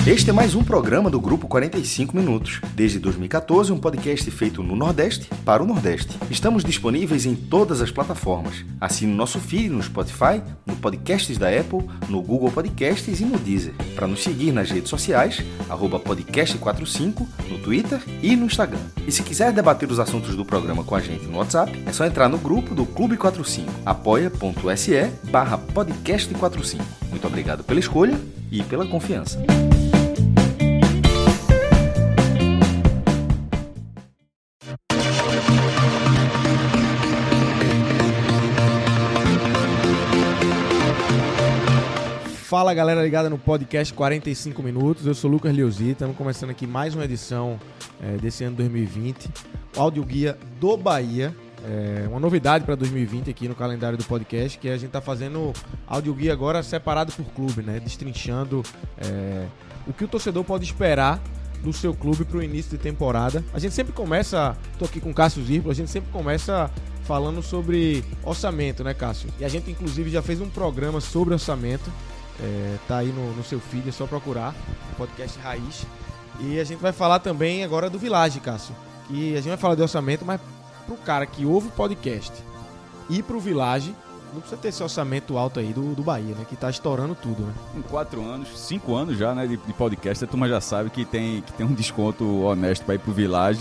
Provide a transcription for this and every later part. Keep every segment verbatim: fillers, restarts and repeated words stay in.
Este é mais um programa do Grupo quarenta e cinco Minutos. Desde dois mil e catorze, um podcast feito no Nordeste para o Nordeste. Estamos disponíveis em todas as plataformas. Assine o nosso feed no Spotify, no Podcasts da Apple, no Google Podcasts e no Deezer. Para nos seguir nas redes sociais, arroba podcast quarenta e cinco, no Twitter e no Instagram. E se quiser debater os assuntos do programa com a gente no WhatsApp, é só entrar no grupo do Clube quarenta e cinco, apoia.se barra podcast quarenta e cinco. Muito obrigado pela escolha e pela confiança. Fala galera ligada no podcast quarenta e cinco Minutos, eu sou Lucas Liozzi, estamos começando aqui mais uma edição é, desse ano dois mil e vinte, o áudio guia do Bahia, é, uma novidade para dois mil e vinte aqui no calendário do podcast, que a gente está fazendo áudio guia agora separado por clube, né, destrinchando é, o que o torcedor pode esperar do seu clube para o início de temporada. A gente sempre começa, estou aqui com o Cássio Zirpolo, a gente sempre começa falando sobre orçamento, né Cássio? E a gente inclusive já fez um programa sobre orçamento. É, tá aí no, no seu feed, é só procurar o podcast Raiz. E a gente vai falar também agora do Village, Cássio. E a gente vai falar de orçamento, mas pro cara que ouve o podcast e pro Village, não precisa ter esse orçamento alto aí do, do Bahia, né? Que tá estourando tudo, né? Com quatro anos, cinco anos já, né, de, de podcast, a turma já sabe que tem, que tem um desconto honesto para ir pro Village.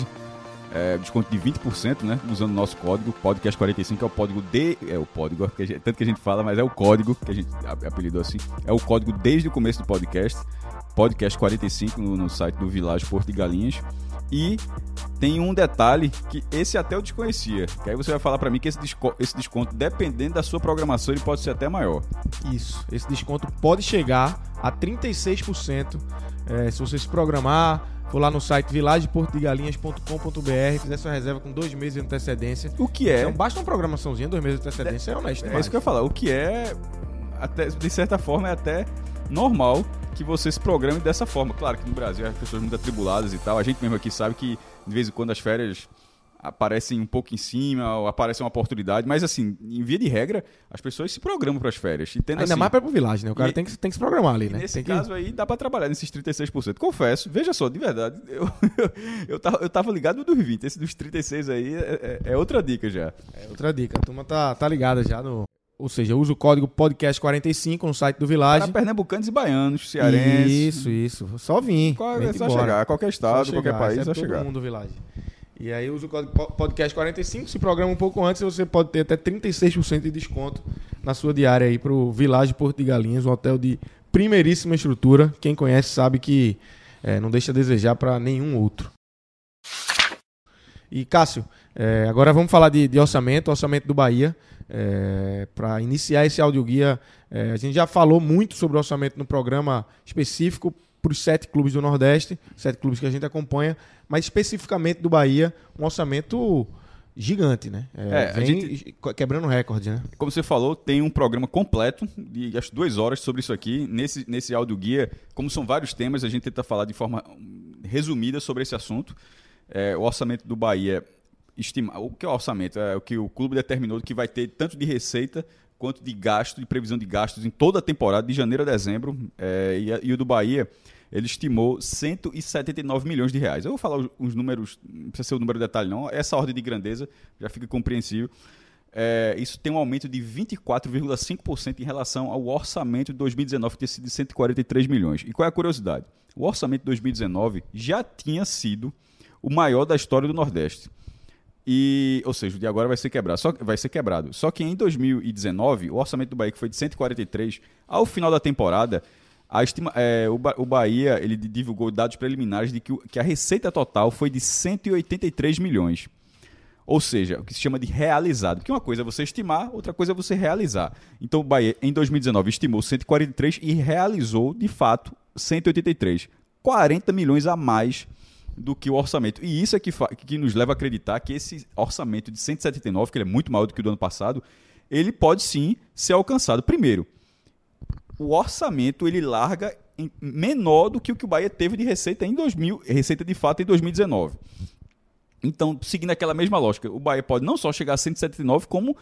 É, desconto de vinte por cento, né? Usando o nosso código, podcast quarenta e cinco, é o código de... É o código, porque a gente, tanto que a gente fala, mas é o código, que a gente apelidou assim. É o código desde o começo do podcast, podcast quarenta e cinco no, no site do Village Porto de Galinhas. E tem um detalhe que esse até eu desconhecia, que aí você vai falar pra mim que esse, desco, esse desconto, dependendo da sua programação, ele pode ser até maior. Isso, esse desconto pode chegar a trinta e seis por cento é, se você se programar, for lá no site village porto de galinhas ponto com ponto b r, fizer sua reserva com dois meses de antecedência. O que é? Então basta uma programaçãozinha, dois meses de antecedência, é, é honesto. É demais. isso que eu ia falar. O que é, até, de certa forma, é até normal que você se programe dessa forma. Claro que no Brasil as pessoas muito atribuladas e tal. A gente mesmo aqui sabe que de vez em quando as férias aparecem um pouco em cima, ou aparece uma oportunidade, mas assim, em via de regra, as pessoas se programam para as férias. E tendo, Ainda assim, mais para o Village, né? O cara e, tem, que, tem que se programar ali, né? Nesse tem caso que... aí, dá para trabalhar nesses trinta e seis por cento. Confesso, veja só, de verdade, eu, eu, eu, tava, eu tava ligado no dos vinte, esse dos trinta e seis aí é, é, é outra dica já. É outra dica, a turma tá, tá ligada já no... Ou seja, usa o código podcast quarenta e cinco no site do Village. Para pernambucanos e baianos, cearenses. Isso, isso. Só vir. Qual, é só chegar. Qualquer estado, chegar, qualquer país, é só chegar. todo mundo do Village. E aí usa o código podcast quarenta e cinco, se programa um pouco antes, você pode ter até trinta e seis por cento de desconto na sua diária aí pro Village Porto de Galinhas, um hotel de primeiríssima estrutura. Quem conhece sabe que é, não deixa a desejar para nenhum outro. E Cássio, é, agora vamos falar de, de orçamento, orçamento do Bahia. É, para iniciar esse audioguia, é, a gente já falou muito sobre o orçamento no programa específico para os sete clubes do Nordeste, sete clubes que a gente acompanha, mas especificamente do Bahia, um orçamento gigante, né? É, é, vem a gente, quebrando recorde, né? Como você falou, tem um programa completo de acho duas horas sobre isso aqui. Nesse, nesse audioguia, como são vários temas, a gente tenta falar de forma resumida sobre esse assunto. É, o orçamento do Bahia... Estima, o que é o orçamento? É o que o clube determinou que vai ter tanto de receita quanto de gasto, de previsão de gastos em toda a temporada, de janeiro a dezembro. É, e, e o do Bahia, ele estimou cento e setenta e nove milhões de reais. Eu vou falar os, os números, não precisa ser o número de detalhe não, essa ordem de grandeza já fica compreensível. É, isso tem um aumento de vinte e quatro vírgula cinco por cento em relação ao orçamento de dois mil e dezenove, que tinha sido de cento e quarenta e três milhões. E qual é a curiosidade? O orçamento de dois mil e dezenove já tinha sido o maior da história do Nordeste. E, ou seja, o de agora vai ser quebrado. Só, vai ser quebrado. Só que em dois mil e dezenove, o orçamento do Bahia, que foi de cento e quarenta e três, ao final da temporada, a estima, é, o, ba, o Bahia ele divulgou dados preliminares de que, o, que a receita total foi de cento e oitenta e três milhões. Ou seja, o que se chama de realizado. Porque uma coisa é você estimar, outra coisa é você realizar. Então o Bahia, em dois mil e dezenove, estimou cento e quarenta e três e realizou, de fato, cento e oitenta e três. quarenta milhões a mais do que o orçamento. E isso é que, fa- que nos leva a acreditar que esse orçamento de cento e setenta e nove, que ele é muito maior do que o do ano passado, ele pode sim ser alcançado. Primeiro, o orçamento ele larga em menor do que o que o Bahia teve de receita em dois mil, receita de fato em dois mil e dezenove. Então, seguindo aquela mesma lógica, o Bahia pode não só chegar a cento e setenta e nove, como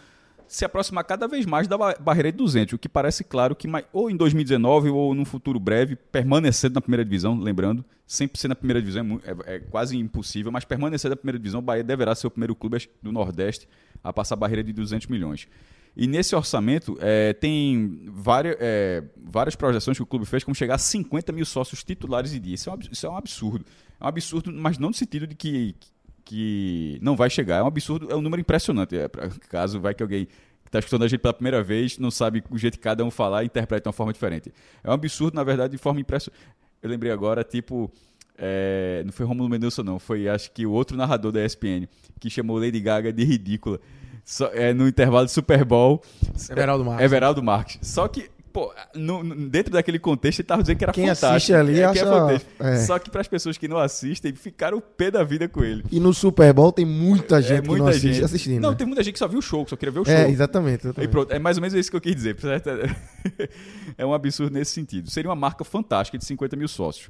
se aproximar cada vez mais da barreira de duzentos, o que parece claro que ou em dois mil e dezenove ou num futuro breve, permanecendo na primeira divisão, lembrando, sempre ser na primeira divisão é, é quase impossível, mas permanecer na primeira divisão, o Bahia deverá ser o primeiro clube do Nordeste a passar a barreira de duzentos milhões. E nesse orçamento é, tem várias, é, várias projeções que o clube fez, como chegar a cinquenta mil sócios titulares de dia. Isso é um, isso é um absurdo. É um absurdo, mas não no sentido de que... que não vai chegar. É um absurdo, é um número impressionante. É, pra, caso vai que alguém que está escutando a gente pela primeira vez não sabe o jeito que cada um falar e interpreta de uma forma diferente. É um absurdo, na verdade, de forma impressionante. Eu lembrei agora, tipo... É, não foi Rômulo Mendonça, não. Foi, acho que, o outro narrador da E S P N que chamou Lady Gaga de ridícula. Só, é, no intervalo de Super Bowl. Everaldo Marques. Everaldo Marques. Só que... Pô, no, no, dentro daquele contexto, ele estava dizendo que era Quem fantástico. Assiste ali, é, acha... é Só que para as pessoas que não assistem, ficaram o pé da vida com ele. E no Super Bowl tem muita gente é, muita que não assiste gente. assistindo. Não, né? tem muita gente que só viu o show, que só queria ver o show. É, exatamente. exatamente. Pronto, é mais ou menos isso que eu quis dizer. É um absurdo nesse sentido. Seria uma marca fantástica de cinquenta mil sócios.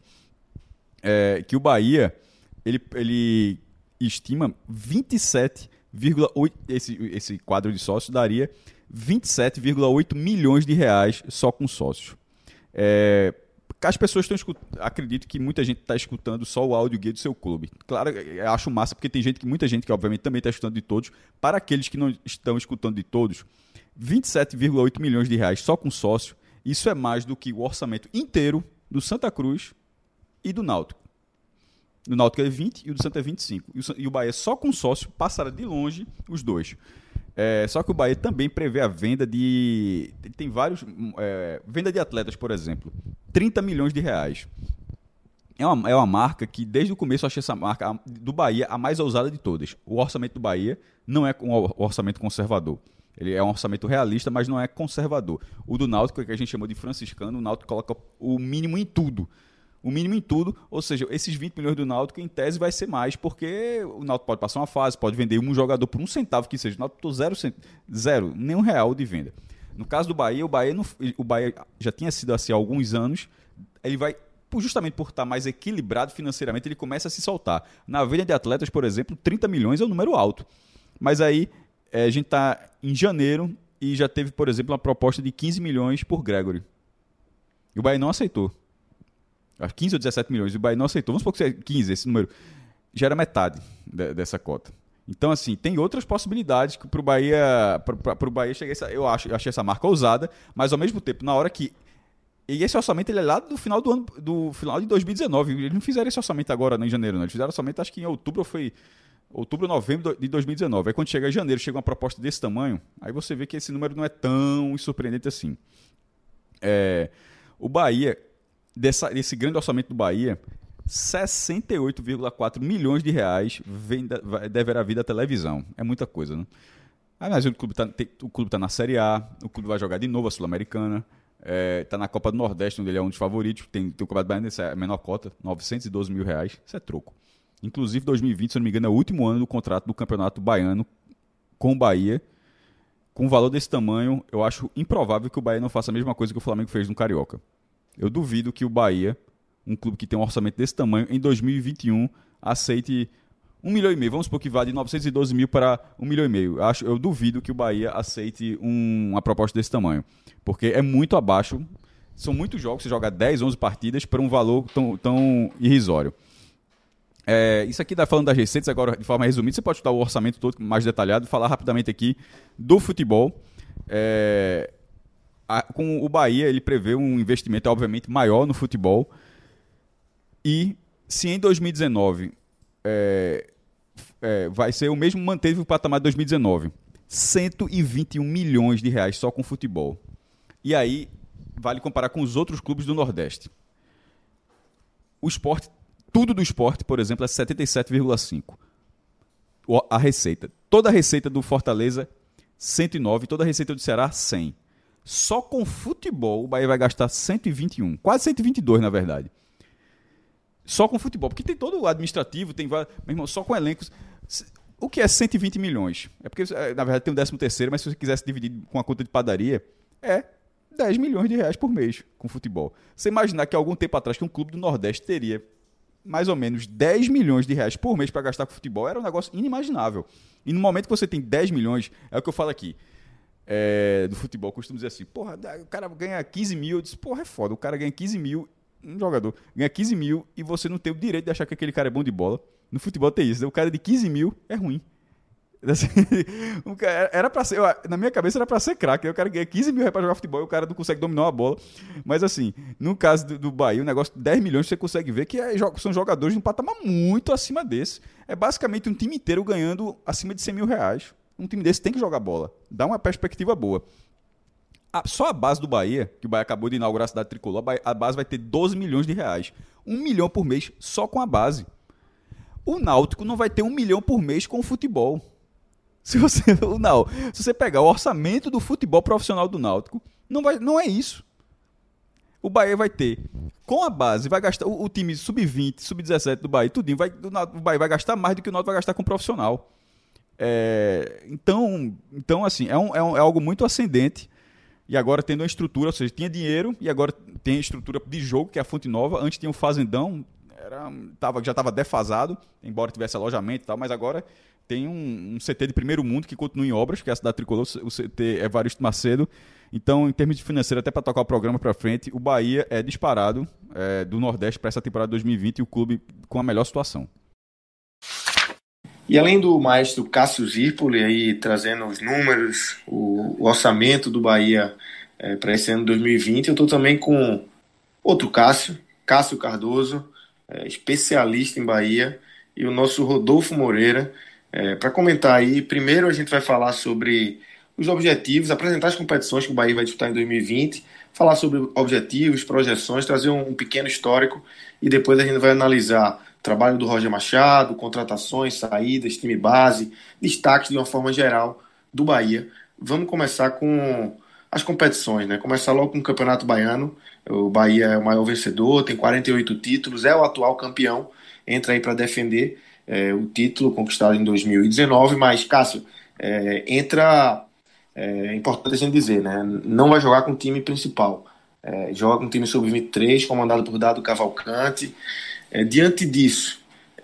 É, que o Bahia, ele, ele estima vinte e sete vírgula oito... Esse, esse quadro de sócios daria... vinte e sete vírgula oito milhões de reais só com sócios. É, as pessoas estão escutando, acredito que muita gente está escutando só o áudio guia do seu clube. Claro, eu acho massa, porque tem gente que, muita gente que obviamente também está escutando de todos. Para aqueles que não estão escutando de todos, vinte e sete vírgula oito milhões de reais só com sócio, isso é mais do que o orçamento inteiro do Santa Cruz e do Náutico. Do Náutico é vinte e o do Santa é vinte e cinco. E o Bahia só com sócio passará de longe os dois. É, só que o Bahia também prevê a venda de... Tem vários... É, venda de atletas, por exemplo. trinta milhões de reais. É uma, é uma marca que, desde o começo, eu achei essa marca do Bahia a mais ousada de todas. O orçamento do Bahia não é um orçamento conservador. Ele é um orçamento realista, mas não é conservador. O do Náutico, que a gente chamou de franciscano, o Náutico coloca o mínimo em tudo. O mínimo em tudo, ou seja, esses vinte milhões do Náutico, em tese, vai ser mais, porque o Náutico pode passar uma fase, pode vender um jogador por um centavo que seja. O Náutico zero, zero, nem um real de venda. No caso do Bahia, o Bahia, não, o Bahia já tinha sido assim há alguns anos, ele vai, justamente por estar mais equilibrado financeiramente, ele começa a se soltar. Na venda de atletas, por exemplo, trinta milhões é um número alto. Mas aí, é, a gente está em janeiro e já teve, por exemplo, uma proposta de quinze milhões por Gregory. E o Bahia não aceitou. quinze ou dezessete milhões, e o Bahia não aceitou. Vamos supor que seja quinze, esse número. Já era metade de, dessa cota. Então, assim, tem outras possibilidades que para o Bahia, para o Bahia chegar essa, eu acho, eu achei essa marca ousada, mas ao mesmo tempo, na hora que... E esse orçamento ele é lá do final do ano, do final de dois mil e dezenove. Eles não fizeram esse orçamento agora, não, em janeiro, não. Eles fizeram orçamento, acho que em outubro foi... Outubro, novembro de dois mil e dezenove. Aí quando chega em janeiro, chega uma proposta desse tamanho, aí você vê que esse número não é tão surpreendente assim. É, o Bahia... Dessa, desse grande orçamento do Bahia, sessenta e oito vírgula quatro milhões de reais vem da, deverá vir da televisão. É muita coisa, né? Ah, mas o clube está tá na Série A, o clube vai jogar de novo a Sul-Americana, está é, na Copa do Nordeste, onde ele é um dos favoritos, tem, tem o Campeonato Baiano, essa é a menor cota, novecentos e doze mil reais, isso é troco. Inclusive, dois mil e vinte, se eu não me engano, é o último ano do contrato do Campeonato Baiano com o Bahia. Com um valor desse tamanho, eu acho improvável que o Bahia não faça a mesma coisa que o Flamengo fez no Carioca. Eu duvido que o Bahia, um clube que tem um orçamento desse tamanho, em dois mil e vinte e um, aceite um milhão e meio. Vamos supor que vá de novecentos e doze mil para um milhão e meio. Eu, acho, eu duvido que o Bahia aceite um, uma proposta desse tamanho. Porque é muito abaixo. São muitos jogos, você joga dez, onze partidas para um valor tão, tão irrisório. É, isso aqui está falando das receitas, agora de forma resumida. Você pode estudar o orçamento todo mais detalhado, falar rapidamente aqui do futebol. É... A, com o Bahia, ele prevê um investimento, obviamente, maior no futebol. E se em dois mil e dezenove é, é, vai ser o mesmo, manteve o patamar de dois mil e dezenove. cento e vinte e um milhões de reais só com futebol. E aí, vale comparar com os outros clubes do Nordeste. O esporte, tudo do esporte, por exemplo, é setenta e sete vírgula cinco. A receita. Toda a receita do Fortaleza, cento e nove. Toda a receita do Ceará, cem. Só com futebol, o Bahia vai gastar cento e vinte e um. Quase cento e vinte e dois, na verdade. Só com futebol. Porque tem todo o administrativo, tem vários... Meu irmão, só com elencos... O que é cento e vinte milhões? É porque, na verdade, tem um décimo terceiro, mas se você quisesse dividir com a conta de padaria, é dez milhões de reais por mês com futebol. Você imaginar que algum tempo atrás que um clube do Nordeste teria mais ou menos dez milhões de reais por mês para gastar com futebol, era um negócio inimaginável. E no momento que você tem dez milhões, é o que eu falo aqui, é, do futebol costumam dizer assim, porra, o cara ganha quinze mil, eu disse, porra, é foda, o cara ganha quinze mil, um jogador ganha quinze mil e você não tem o direito de achar que aquele cara é bom de bola. No futebol tem isso, né? O cara de quinze mil é ruim. Assim, um cara, era pra ser, na minha cabeça era pra ser craque. O cara ganha quinze mil reais pra jogar futebol e o cara não consegue dominar uma bola. Mas assim, no caso do, do Bahia, o negócio de dez milhões você consegue ver que é, são jogadores de um patamar muito acima desse. É basicamente um time inteiro ganhando acima de cem mil reais. Um time desse tem que jogar bola. Dá uma perspectiva boa. A, só a base do Bahia, que o Bahia acabou de inaugurar a cidade tricolor, a, Bahia, a base vai ter doze milhões de reais. Um milhão por mês só com a base. O Náutico não vai ter um milhão por mês com o futebol. Se você, não, se você pegar o orçamento do futebol profissional do Náutico, não, vai, não é isso. O Bahia vai ter, com a base, vai gastar o, o time sub vinte, sub dezessete do Bahia, tudinho, vai, o Bahia vai gastar mais do que o Náutico vai gastar com o profissional. É, então, então, assim, é, um, é, um, é algo muito ascendente. E agora tendo uma estrutura, ou seja, tinha dinheiro e agora tem a estrutura de jogo, que é a Fonte Nova. Antes tinha um fazendão, era, tava, já estava defasado, embora tivesse alojamento e tal, mas agora tem um, um C T de primeiro mundo que continua em obras, que é a cidade tricolor, o C T Evaristo Macedo. Então, em termos de financeiro, até para tocar o programa para frente, o Bahia é disparado é, do Nordeste para essa temporada dois mil e vinte e o clube com a melhor situação. E além do maestro Cássio Zirpoli aí trazendo os números, o, o orçamento do Bahia é, para esse ano dois mil e vinte, eu estou também com outro Cássio, Cássio Cardoso, é, especialista em Bahia, e o nosso Rodolfo Moreira. É, para comentar aí, primeiro a gente vai falar sobre os objetivos, apresentar as competições que o Bahia vai disputar em dois mil e vinte, falar sobre objetivos, projeções, trazer um, um pequeno histórico e depois a gente vai analisar o trabalho do Roger Machado, contratações, saídas, time base, destaques de uma forma geral do Bahia. Vamos começar com as competições, né? Começar logo com o Campeonato Baiano. O Bahia é o maior vencedor, tem quarenta e oito títulos, é o atual campeão, entra aí para defender É, o título conquistado em dois mil e dezenove, mas, Cássio, é, entra, é, é importante a gente dizer, né, não vai jogar com o time principal, é, joga com o time sub vinte e três, comandado por Dado Cavalcante. É, diante disso,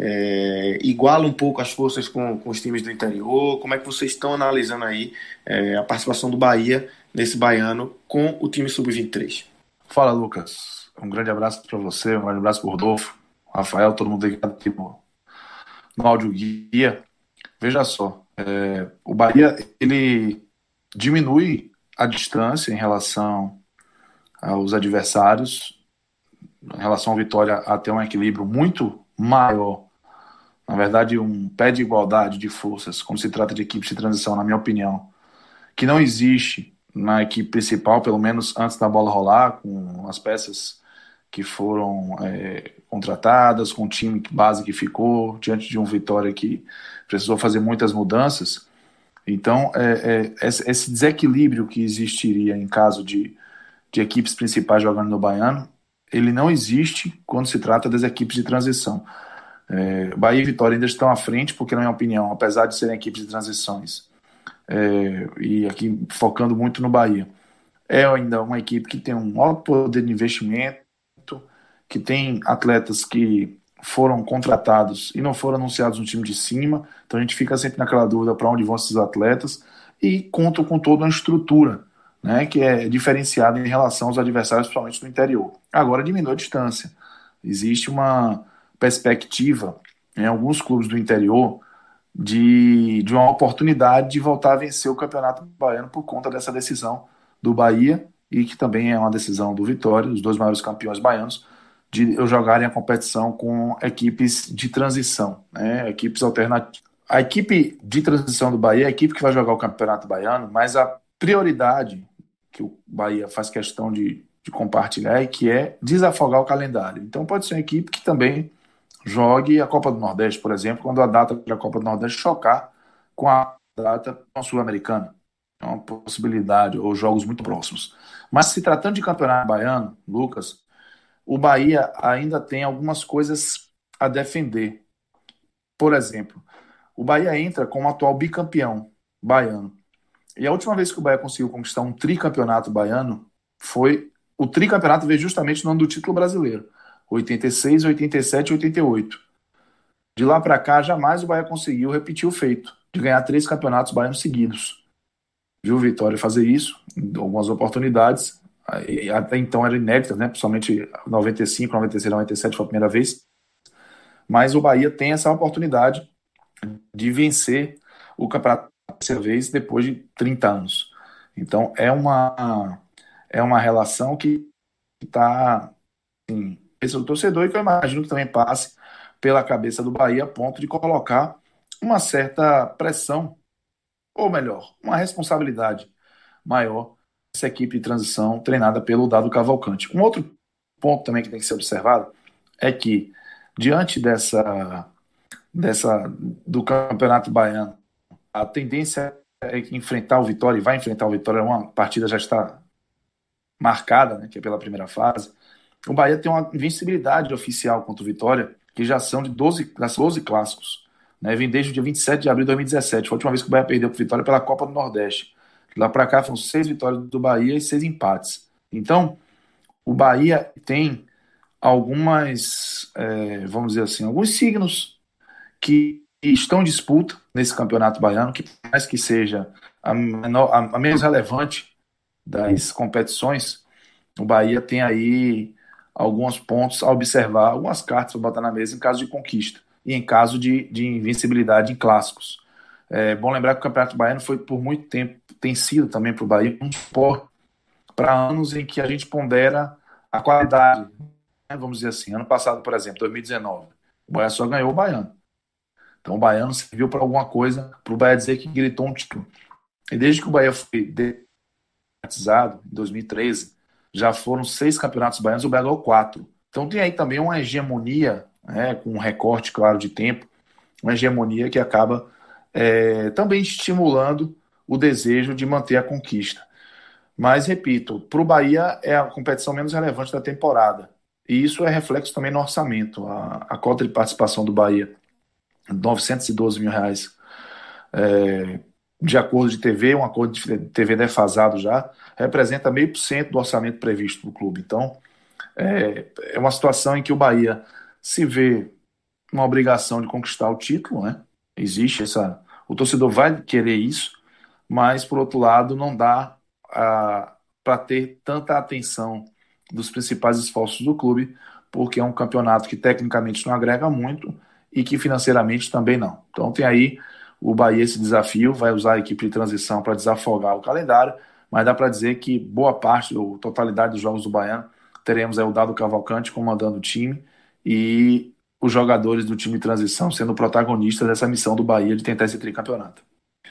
é, iguala um pouco as forças com, com os times do interior. Como é que vocês estão analisando aí é, a participação do Bahia nesse baiano com o time sub vinte e três? Fala, Lucas, um grande abraço para você, um grande abraço para o Rodolfo, Rafael, todo mundo ligado aqui no no áudio guia. Veja só, é, o Bahia ele diminui a distância em relação aos adversários, em relação à Vitória, a ter um equilíbrio muito maior, na verdade um pé de igualdade de forças quando se trata de equipes de transição, na minha opinião, que não existe na equipe principal, pelo menos antes da bola rolar, com as peças que foram é, contratadas, com o time base que ficou, diante de um Vitória que precisou fazer muitas mudanças. Então, é, é, esse desequilíbrio que existiria em caso de, de equipes principais jogando no Baiano, ele não existe quando se trata das equipes de transição. É, Bahia e Vitória ainda estão à frente, porque, na minha opinião, apesar de serem equipes de transições, é, e aqui focando muito no Bahia, é ainda uma equipe que tem um alto poder de investimento, que tem atletas que foram contratados e não foram anunciados no time de cima, então a gente fica sempre naquela dúvida para onde vão esses atletas, e conta com toda uma estrutura, né, que é diferenciada em relação aos adversários, principalmente do interior. Agora diminui a distância. Existe uma perspectiva em alguns clubes do interior de, de uma oportunidade de voltar a vencer o Campeonato Baiano por conta dessa decisão do Bahia, e que também é uma decisão do Vitória, os dois maiores campeões baianos, de eu jogarem a competição com equipes de transição, né, equipes alternativas. A equipe de transição do Bahia é a equipe que vai jogar o Campeonato Baiano, mas a prioridade que o Bahia faz questão de, de compartilhar é que é desafogar o calendário. Então pode ser uma equipe que também jogue a Copa do Nordeste, por exemplo, quando a data da Copa do Nordeste chocar com a data sul-americana. É uma possibilidade, ou jogos muito próximos. Mas se tratando de Campeonato Baiano, Lucas, o Bahia ainda tem algumas coisas a defender. Por exemplo, o Bahia entra como atual bicampeão baiano. E a última vez que o Bahia conseguiu conquistar um tricampeonato baiano foi... O tricampeonato veio justamente no ano do título brasileiro. oitenta e seis, oitenta e sete e oitenta e oito. De lá para cá, jamais o Bahia conseguiu repetir o feito de ganhar três campeonatos baianos seguidos. viu o Vitória fazer isso em algumas oportunidades, até então era inédita, né? Principalmente noventa e cinco, noventa e seis, noventa e sete foi a primeira vez, mas o Bahia tem essa oportunidade de vencer o campeonato pela terceira vez depois de trinta anos. Então é uma, é uma relação que está assim, esse é o torcedor, e que eu imagino que também passe pela cabeça do Bahia a ponto de colocar uma certa pressão, ou melhor, uma responsabilidade maior essa equipe de transição treinada pelo Dado Cavalcante. Um outro ponto também que tem que ser observado é que, diante dessa, dessa do Campeonato Baiano, a tendência é enfrentar o Vitória, e vai enfrentar o Vitória, uma partida já está marcada, né, que é pela primeira fase. O Bahia tem uma invencibilidade oficial contra o Vitória, que já são de doze, doze clássicos. Né? Vem desde o dia vinte e sete de abril de dois mil e dezessete. Foi a última vez que o Bahia perdeu para o Vitória pela Copa do Nordeste. Lá para cá foram seis vitórias do Bahia e seis empates. Então, o Bahia tem algumas, é, vamos dizer assim, alguns signos que estão em disputa nesse campeonato baiano, que por mais que seja a, menor, a, a menos relevante das competições, o Bahia tem aí alguns pontos a observar, algumas cartas para botar na mesa em caso de conquista e em caso de, de invencibilidade em clássicos. É bom lembrar que o Campeonato Baiano foi por muito tempo, tem sido também para o Bahia um esporte para anos em que a gente pondera a qualidade, né? Vamos dizer assim, ano passado, por exemplo, dois mil e dezenove, o Bahia só ganhou o Baiano. Então o Baiano serviu para alguma coisa, para o Bahia dizer que gritou um título. E desde que o Bahia foi democratizado, em dois mil e treze, já foram seis campeonatos baianos, o Bahia ganhou quatro. Então tem aí também uma hegemonia, né, com um recorte, claro, de tempo, uma hegemonia que acaba é, também estimulando o desejo de manter a conquista. Mas, repito, para o Bahia é a competição menos relevante da temporada. E isso é reflexo também no orçamento. A, a cota de participação do Bahia, novecentos e doze mil reais, é, de acordo de T V, um acordo de T V defasado já, representa meio por cento do orçamento previsto do clube. Então, é, é uma situação em que o Bahia se vê uma obrigação de conquistar o título, né? Existe essa... O torcedor vai querer isso, mas, por outro lado, não dá para ter tanta atenção dos principais esforços do clube, porque é um campeonato que tecnicamente não agrega muito e que financeiramente também não. Então tem aí o Bahia esse desafio, vai usar a equipe de transição para desafogar o calendário, mas dá para dizer que boa parte, ou totalidade dos jogos do Baiano, teremos aí o Dado Cavalcante comandando o time e os jogadores do time de transição sendo protagonistas dessa missão do Bahia de tentar esse tricampeonato.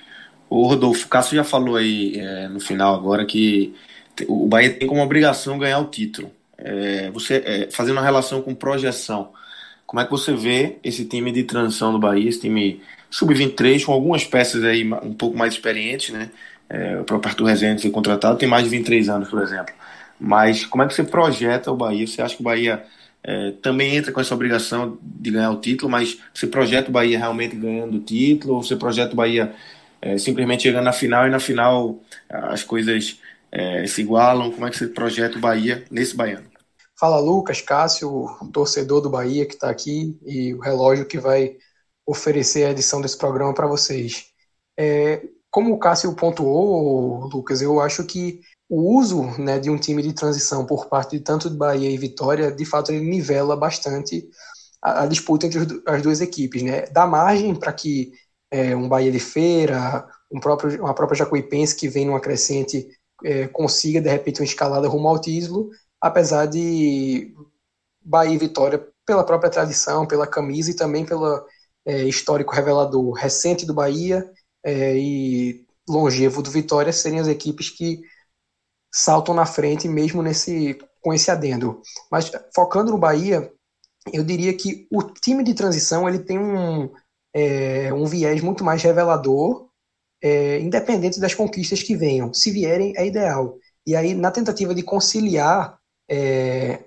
O Rodolfo, o Cássio já falou aí é, no final agora que o Bahia tem como obrigação ganhar o título. É, você, é, fazendo uma relação com projeção, como é que você vê esse time de transição do Bahia, esse time sub vinte e três, com algumas peças aí um pouco mais experientes, né? É, o próprio Arthur Rezende foi contratado, tem mais de vinte e três anos, por exemplo. Mas como é que você projeta o Bahia? Você acha que o Bahia é, também entra com essa obrigação de ganhar o título, mas você projeta o Bahia realmente ganhando o título, ou você projeta o Bahia é, simplesmente chegando na final e na final as coisas é, se igualam? Como é que você projeta o Bahia nesse baiano? Fala Lucas, Cássio, o torcedor do Bahia que está aqui e o relógio que vai oferecer a edição desse programa para vocês. É, como o Cássio pontuou, Lucas, eu acho que o uso, né, de um time de transição por parte de tanto de Bahia e Vitória, de fato ele nivela bastante a, a disputa entre os, as duas equipes, né? Dá margem para que é, um Bahia de Feira, um próprio, uma própria Jacuipense que vem numa crescente é, consiga de repente uma escalada rumo ao título, apesar de Bahia e Vitória, pela própria tradição, pela camisa e também pelo é, histórico revelador recente do Bahia é, e longevo do Vitória, serem as equipes que saltam na frente mesmo nesse, com esse adendo. Mas focando no Bahia, eu diria que o time de transição ele tem um, é, um viés muito mais revelador, é, independente das conquistas que venham. Se vierem, é ideal. E aí, na tentativa de conciliar É,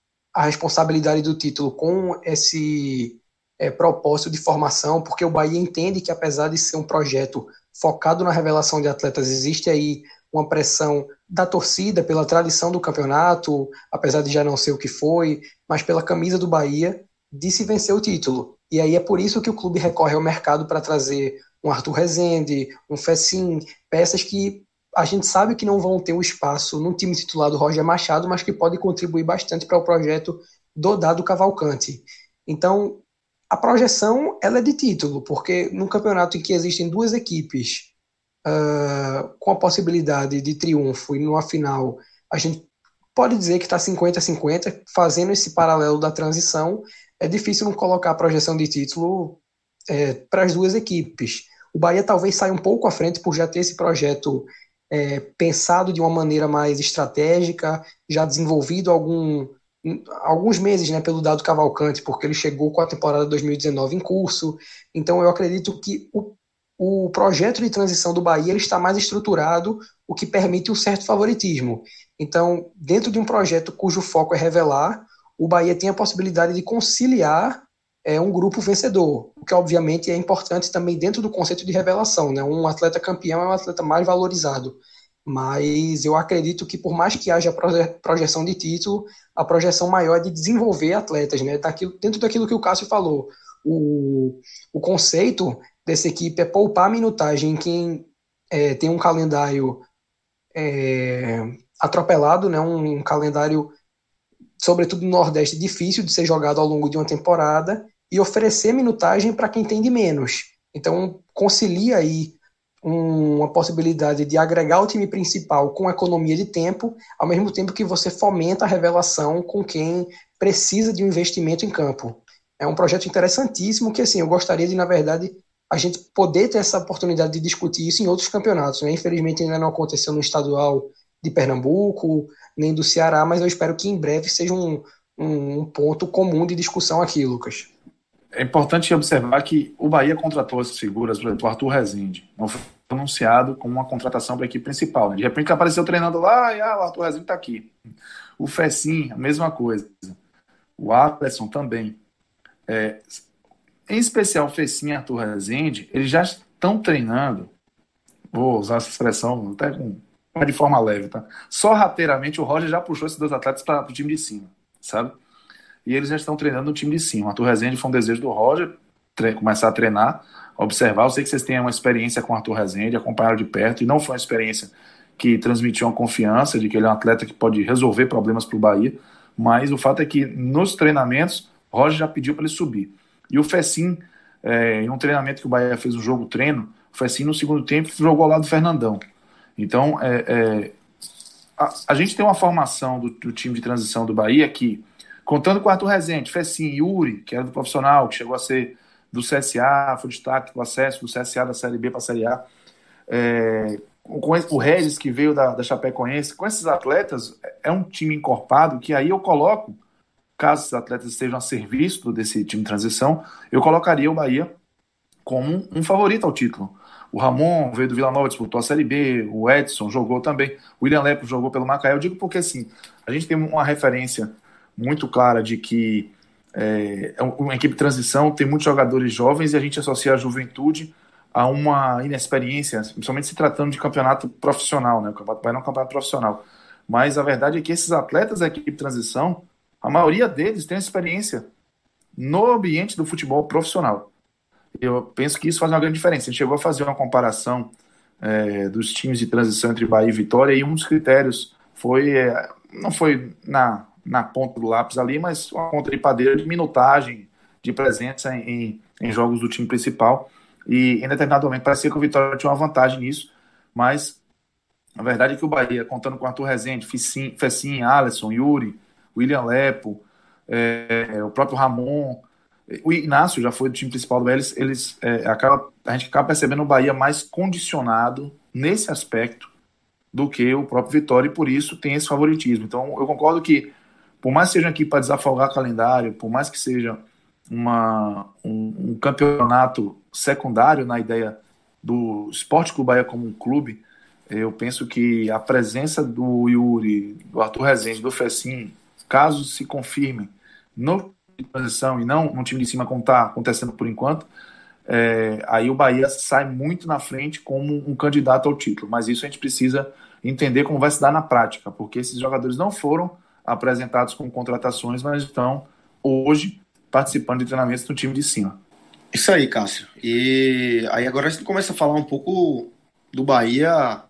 a responsabilidade do título com esse é, propósito de formação, porque o Bahia entende que, apesar de ser um projeto focado na revelação de atletas, existe aí uma pressão da torcida pela tradição do campeonato, apesar de já não ser o que foi, mas pela camisa do Bahia, de se vencer o título. E aí é por isso que o clube recorre ao mercado para trazer um Arthur Rezende, um Fecim, peças que a gente sabe que não vão ter um espaço no time titular do Roger Machado, mas que pode contribuir bastante para o projeto do Dado Cavalcante. Então, a projeção ela é de título, porque num campeonato em que existem duas equipes uh, com a possibilidade de triunfo e numa final, a gente pode dizer que está cinquenta a cinquenta, fazendo esse paralelo da transição, é difícil não colocar a projeção de título é, para as duas equipes. O Bahia talvez saia um pouco à frente por já ter esse projeto é, pensado de uma maneira mais estratégica, já desenvolvido algum, alguns meses, né, pelo Dado Cavalcante, porque ele chegou com a temporada dois mil e dezenove em curso. Então eu acredito que o, o projeto de transição do Bahia ele está mais estruturado, o que permite um certo favoritismo. Então, dentro de um projeto cujo foco é revelar, o Bahia tem a possibilidade de conciliar é, um grupo vencedor, o que obviamente é importante também dentro do conceito de revelação, né? Um atleta campeão é um atleta mais valorizado, mas eu acredito que por mais que haja projeção de título, a projeção maior é de desenvolver atletas, né? Daquilo, dentro daquilo que o Cássio falou, o, o conceito dessa equipe é poupar minutagem em quem é, tem um calendário é, atropelado, né? um, um calendário, sobretudo no Nordeste, difícil de ser jogado ao longo de uma temporada, e oferecer minutagem para quem tem de menos. Então, concilia aí um, uma possibilidade de agregar o time principal com economia de tempo, ao mesmo tempo que você fomenta a revelação com quem precisa de um investimento em campo. É um projeto interessantíssimo que, assim, eu gostaria de, na verdade, a gente poder ter essa oportunidade de discutir isso em outros campeonatos, né? Infelizmente, ainda não aconteceu no estadual de Pernambuco, nem do Ceará, mas eu espero que em breve seja um, um, um ponto comum de discussão aqui, Lucas. É importante observar que o Bahia contratou essas figuras, por exemplo, o Arthur Rezende, não foi anunciado como uma contratação para a equipe principal, né? De repente apareceu treinando lá e ah, o Arthur Rezende está aqui. O Fecim, a mesma coisa. O Alisson também. É, em especial o Fecim e Arthur Rezende, eles já estão treinando, vou usar essa expressão até com de forma leve, tá? Sorrateiramente o Roger já puxou esses dois atletas para o time de cima, sabe? E eles já estão treinando no time de cima. O Arthur Rezende foi um desejo do Roger começar a treinar, observar. Eu sei que vocês têm uma experiência com o Arthur Rezende, acompanharam de perto, e não foi uma experiência que transmitiu uma confiança de que ele é um atleta que pode resolver problemas para o Bahia, mas o fato é que nos treinamentos o Roger já pediu para ele subir. E o Fecim, é, em um treinamento que o Bahia fez um jogo-treino, o Fecim no segundo tempo jogou ao lado do Fernandão. Então, é, é, a, a gente tem uma formação do, do time de transição do Bahia que, contando com o Arthur Rezende, Fecim, Yuri, que era do profissional, que chegou a ser do C S A, foi destaque do acesso do C S A da Série B para a Série A, é, com o Regis, que veio da, da Chapecoense, com esses atletas, é um time encorpado que aí eu coloco, caso esses atletas estejam a serviço desse time de transição, eu colocaria o Bahia como um favorito ao título. O Ramon veio do Vila Nova, disputou a Série B, o Edson jogou também, o William Lepo jogou pelo Macaé. Eu digo porque, assim, a gente tem uma referência muito clara de que é, uma equipe de transição tem muitos jogadores jovens e a gente associa a juventude a uma inexperiência, principalmente se tratando de campeonato profissional, né? O campeonato vai não é um campeonato profissional. Mas a verdade é que esses atletas da equipe de transição, a maioria deles tem experiência no ambiente do futebol profissional. Eu penso que isso faz uma grande diferença. A gente chegou a fazer uma comparação é, dos times de transição entre Bahia e Vitória, e um dos critérios foi, é, não foi na, na ponta do lápis ali, mas uma ponta de padeira de minutagem, de presença em, em jogos do time principal, e em determinado momento parecia que o Vitória tinha uma vantagem nisso, mas a verdade é que o Bahia, contando com Arthur Rezende, Fecim, Fecim, Alisson, Yuri, William Lepo, é, o próprio Ramon, o Inácio já foi do time principal do Bahia, eles, eles, é, acaba, a gente acaba percebendo o Bahia mais condicionado nesse aspecto do que o próprio Vitória, e por isso tem esse favoritismo. Então eu concordo que, por mais que seja aqui para desafogar calendário, por mais que seja uma, um, um campeonato secundário na ideia do Sport Clube Bahia como um clube, eu penso que a presença do Yuri, do Arthur Rezende, do Fecim, caso se confirme no de transição e não no time de cima como está acontecendo por enquanto, é, aí o Bahia sai muito na frente como um candidato ao título, mas isso a gente precisa entender como vai se dar na prática, porque esses jogadores não foram apresentados como contratações, mas estão hoje participando de treinamentos no time de cima. Isso aí, Cássio. E aí agora a gente começa a falar um pouco do Bahia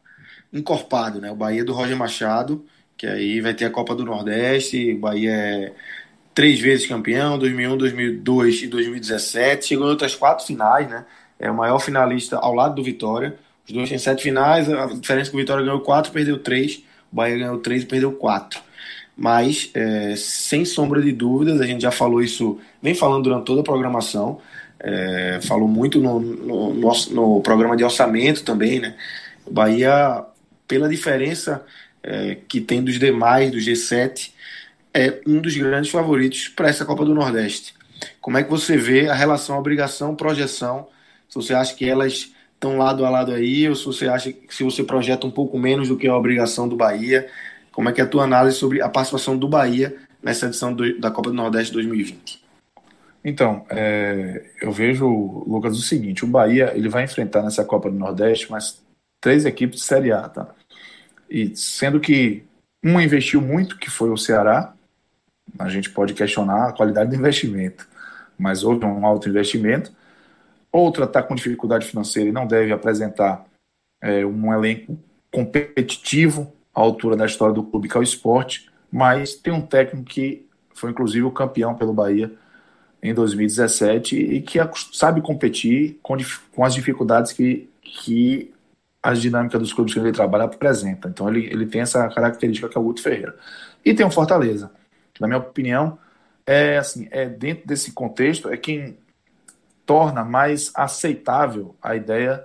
encorpado, né? O Bahia do Roger Machado, que aí vai ter a Copa do Nordeste, o Bahia é três vezes campeão, dois mil e um, dois mil e dois e dois mil e dezessete, chegou em outras quatro finais, né? É o maior finalista ao lado do Vitória. Os dois têm sete finais, a diferença é que o Vitória ganhou quatro, perdeu três, o Bahia ganhou três e perdeu quatro. Mas, é, sem sombra de dúvidas, a gente já falou isso, vem falando durante toda a programação, é, falou muito no, no, no, no programa de orçamento também, né? O Bahia, pela diferença é, que tem dos demais, do G sete, é um dos grandes favoritos para essa Copa do Nordeste. Como é que você vê a relação obrigação-projeção? Se você acha que elas estão lado a lado aí, ou se você acha que se você projeta um pouco menos do que a obrigação do Bahia, como é que é a tua análise sobre a participação do Bahia nessa edição do, da Copa do Nordeste dois mil e vinte? Então, é, eu vejo, Lucas, o seguinte, o Bahia ele vai enfrentar nessa Copa do Nordeste mais três equipes de Série A, tá? E sendo que uma investiu muito, que foi o Ceará, a gente pode questionar a qualidade do investimento, mas houve um alto investimento. Outra está com dificuldade financeira e não deve apresentar é, um elenco competitivo à altura da história do clube, que é o Sport, mas tem um técnico que foi inclusive o campeão pelo Bahia em dois mil e dezessete e que sabe competir com, com as dificuldades que, que as dinâmicas dos clubes que ele trabalha apresentam. Então ele, ele tem essa característica que é o Guto Ferreira. E tem o Fortaleza, que na minha opinião é, assim, é dentro desse contexto, é quem torna mais aceitável a ideia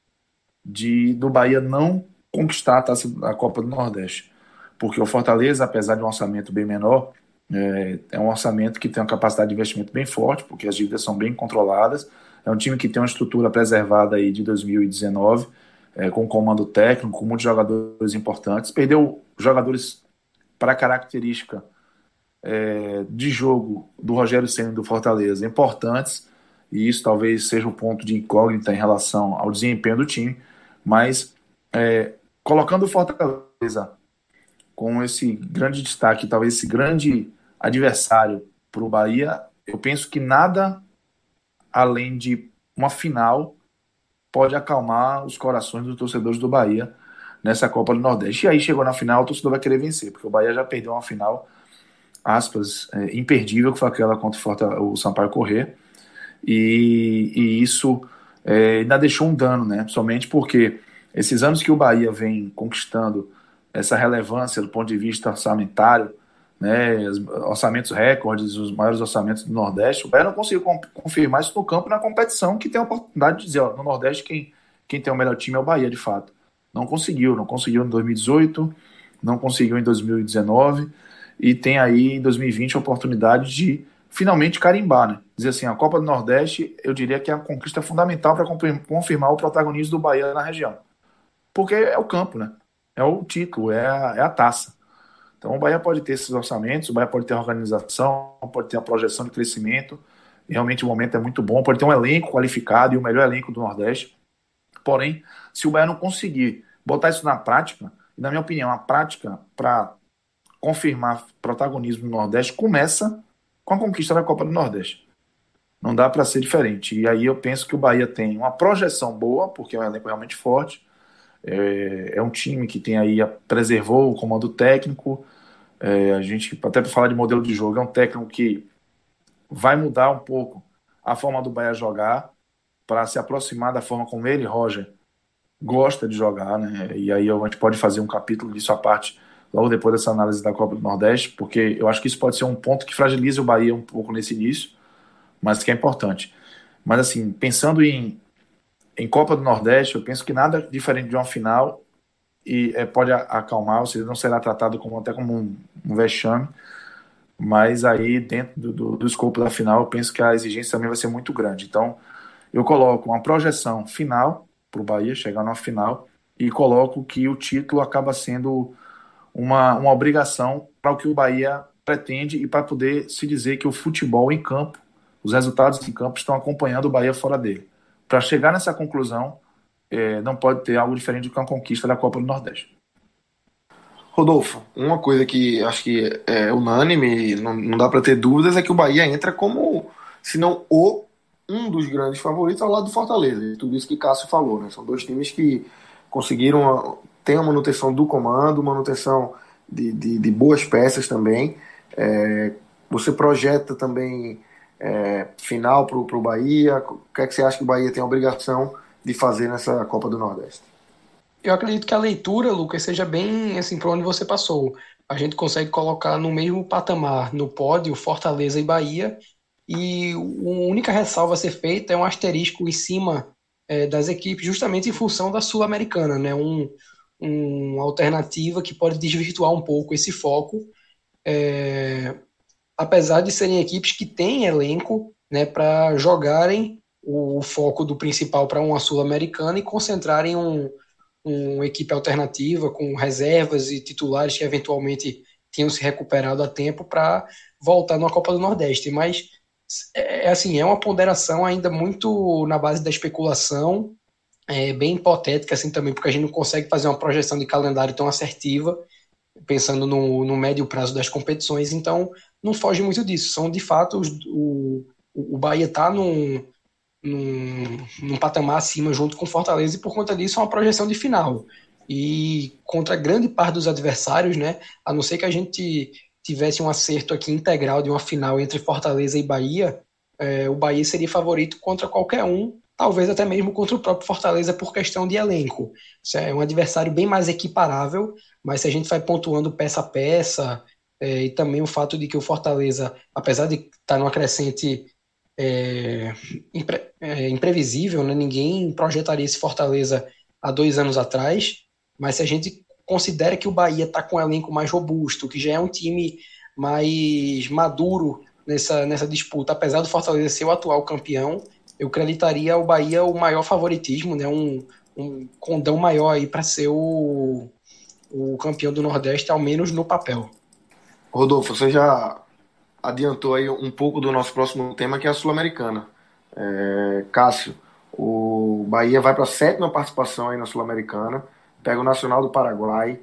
de, do Bahia não conquistar a, taça, a Copa do Nordeste. Porque o Fortaleza, apesar de um orçamento bem menor, é, é um orçamento que tem uma capacidade de investimento bem forte, porque as dívidas são bem controladas. É um time que tem uma estrutura preservada aí de dois mil e dezenove, é, com comando técnico, com muitos jogadores importantes. Perdeu jogadores para a característica é, de jogo do Rogério Ceni do Fortaleza importantes, e isso talvez seja um ponto de incógnita em relação ao desempenho do time, mas é, colocando o Fortaleza com esse grande destaque, talvez esse grande adversário para o Bahia, eu penso que nada além de uma final pode acalmar os corações dos torcedores do Bahia nessa Copa do Nordeste. E aí chegou na final, o torcedor vai querer vencer, porque o Bahia já perdeu uma final, aspas, é, imperdível, que foi aquela contra o, Forta, o Sampaio Corrêa, e, e isso é, ainda deixou um dano, né? Somente porque esses anos que o Bahia vem conquistando essa relevância do ponto de vista orçamentário, né, orçamentos recordes, os maiores orçamentos do Nordeste, o Bahia não conseguiu confirmar isso no campo, na competição, que tem a oportunidade de dizer, ó, no Nordeste quem, quem tem o melhor time é o Bahia, de fato. Não conseguiu, não conseguiu em dois mil e dezoito, não conseguiu em dois mil e dezenove, e tem aí em dois mil e vinte a oportunidade de finalmente carimbar, né? Dizer assim, a Copa do Nordeste, eu diria que é a conquista fundamental para confirmar o protagonismo do Bahia na região. Porque é o campo, né? É o título, é a, é a taça. Então o Bahia pode ter esses orçamentos, o Bahia pode ter a organização, pode ter a projeção de crescimento, e realmente o momento é muito bom, pode ter um elenco qualificado e o melhor elenco do Nordeste. Porém, se o Bahia não conseguir botar isso na prática, e na minha opinião, a prática para confirmar protagonismo no Nordeste começa com a conquista da Copa do Nordeste. Não dá para ser diferente. E aí eu penso que o Bahia tem uma projeção boa, porque é um elenco realmente forte, É, é um time que tem aí, preservou o comando técnico, é, a gente, até para falar de modelo de jogo, é um técnico que vai mudar um pouco a forma do Bahia jogar para se aproximar da forma como ele, Roger, gosta de jogar, né? E aí a gente pode fazer um capítulo disso à parte logo depois dessa análise da Copa do Nordeste, porque eu acho que isso pode ser um ponto que fragiliza o Bahia um pouco nesse início, mas que é importante. Mas assim, pensando em Em Copa do Nordeste, eu penso que nada diferente de uma final e é, pode acalmar, ou seja, não será tratado como, até como um, um vexame, mas aí dentro do, do, do escopo da final, eu penso que a exigência também vai ser muito grande. Então, eu coloco uma projeção final para o Bahia, chegar na final, e coloco que o título acaba sendo uma, uma obrigação para o que o Bahia pretende e para poder se dizer que o futebol em campo, os resultados em campo estão acompanhando o Bahia fora dele. Para chegar nessa conclusão, é, não pode ter algo diferente do que uma conquista da Copa do Nordeste. Rodolfo, uma coisa que acho que é unânime, não, não dá para ter dúvidas, é que o Bahia entra como, se não o, um dos grandes favoritos ao lado do Fortaleza. E tudo isso que Cássio falou, né? São dois times que conseguiram tem a manutenção do comando, manutenção de, de, de boas peças também. É, você projeta também é, final para o Bahia? O que é que você acha que o Bahia tem a obrigação de fazer nessa Copa do Nordeste? Eu acredito que a leitura, Lucas, seja bem assim para onde você passou. A gente consegue colocar no mesmo patamar, no pódio, Fortaleza e Bahia, e a única ressalva a ser feita é um asterisco em cima é, das equipes, justamente em função da Sul-Americana, né? Um, uma alternativa que pode desvirtuar um pouco esse foco, é, apesar de serem equipes que têm elenco, né, para jogarem o foco do principal para uma Sul-Americana e concentrarem um uma equipe alternativa com reservas e titulares que eventualmente tinham se recuperado a tempo para voltar na Copa do Nordeste. Mas é assim, é uma ponderação ainda muito na base da especulação, é bem hipotética assim também, porque a gente não consegue fazer uma projeção de calendário tão assertiva, pensando no, no médio prazo das competições, então não foge muito disso. São de fato os, o, o Bahia está num Num, num patamar acima junto com Fortaleza, e por conta disso é uma projeção de final, e contra grande parte dos adversários, né, a não ser que a gente tivesse um acerto aqui integral de uma final entre Fortaleza e Bahia, é, o Bahia seria favorito contra qualquer um, talvez até mesmo contra o próprio Fortaleza por questão de elenco. Isso é um adversário bem mais equiparável, mas se a gente vai pontuando peça a peça, é, e também o fato de que o Fortaleza, apesar de estar numa crescente É, impre, é, imprevisível, né? Ninguém projetaria esse Fortaleza há dois anos atrás, mas se a gente considera que o Bahia está com um elenco mais robusto, que já é um time mais maduro nessa, nessa disputa, apesar do Fortaleza ser o atual campeão, eu acreditaria ao Bahia o maior favoritismo, né? um, um condão maior aí para ser o, o campeão do Nordeste, ao menos no papel. Rodolfo, você já adiantou aí um pouco do nosso próximo tema, que é a Sul-Americana. É, Cássio, o Bahia vai para a sétima participação aí na Sul-Americana, pega o Nacional do Paraguai.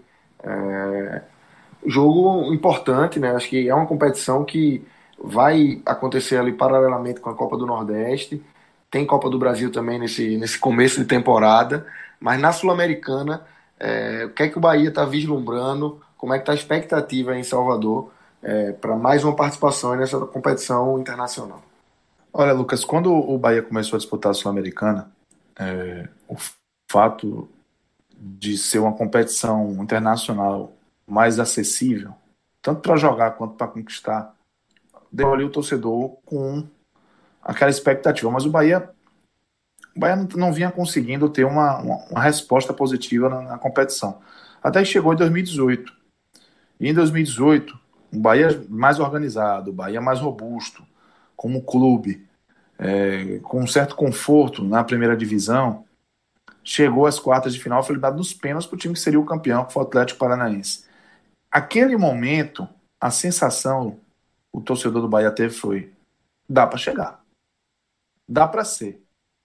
É, jogo importante, né? Acho que é uma competição que vai acontecer ali paralelamente com a Copa do Nordeste. Tem Copa do Brasil também nesse, nesse começo de temporada, mas na Sul-Americana, é, o que é que o Bahia está vislumbrando? Como é que está a expectativa aí em Salvador É, para mais uma participação nessa competição internacional? Olha, Lucas, quando o Bahia começou a disputar a Sul-Americana, é, o fato de ser uma competição internacional mais acessível, tanto para jogar quanto para conquistar, deu ali o torcedor com aquela expectativa. Mas o Bahia, o Bahia não, não vinha conseguindo ter uma, uma, uma resposta positiva na, na competição. Até que chegou em dois mil e dezoito. E em dois mil e dezoito, um Bahia mais organizado, um Bahia mais robusto, como clube, é, com um certo conforto na primeira divisão, chegou às quartas de final, foi eliminado nos pênaltis para o time que seria o campeão, que foi o Atlético Paranaense. Aquele momento, a sensação o torcedor do Bahia teve foi: dá para chegar, dá para ser.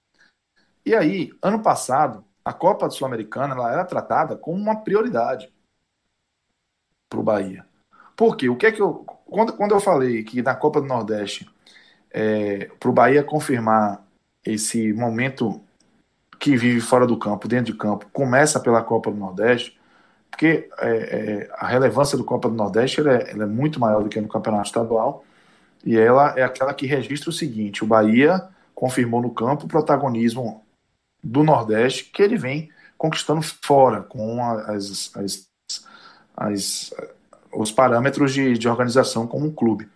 E aí, ano passado, a Copa Sul-Americana ela era tratada como uma prioridade para o Bahia. Por quê? O que é que eu, quando, quando eu falei que na Copa do Nordeste, é, para o Bahia confirmar esse momento que vive fora do campo, dentro de campo, começa pela Copa do Nordeste, porque é, é, a relevância do Copa do Nordeste ela é, ela é muito maior do que no Campeonato Estadual, e ela é aquela que registra o seguinte: o Bahia confirmou no campo o protagonismo do Nordeste que ele vem conquistando fora, com as, as, as os parâmetros de, de organização como um clube.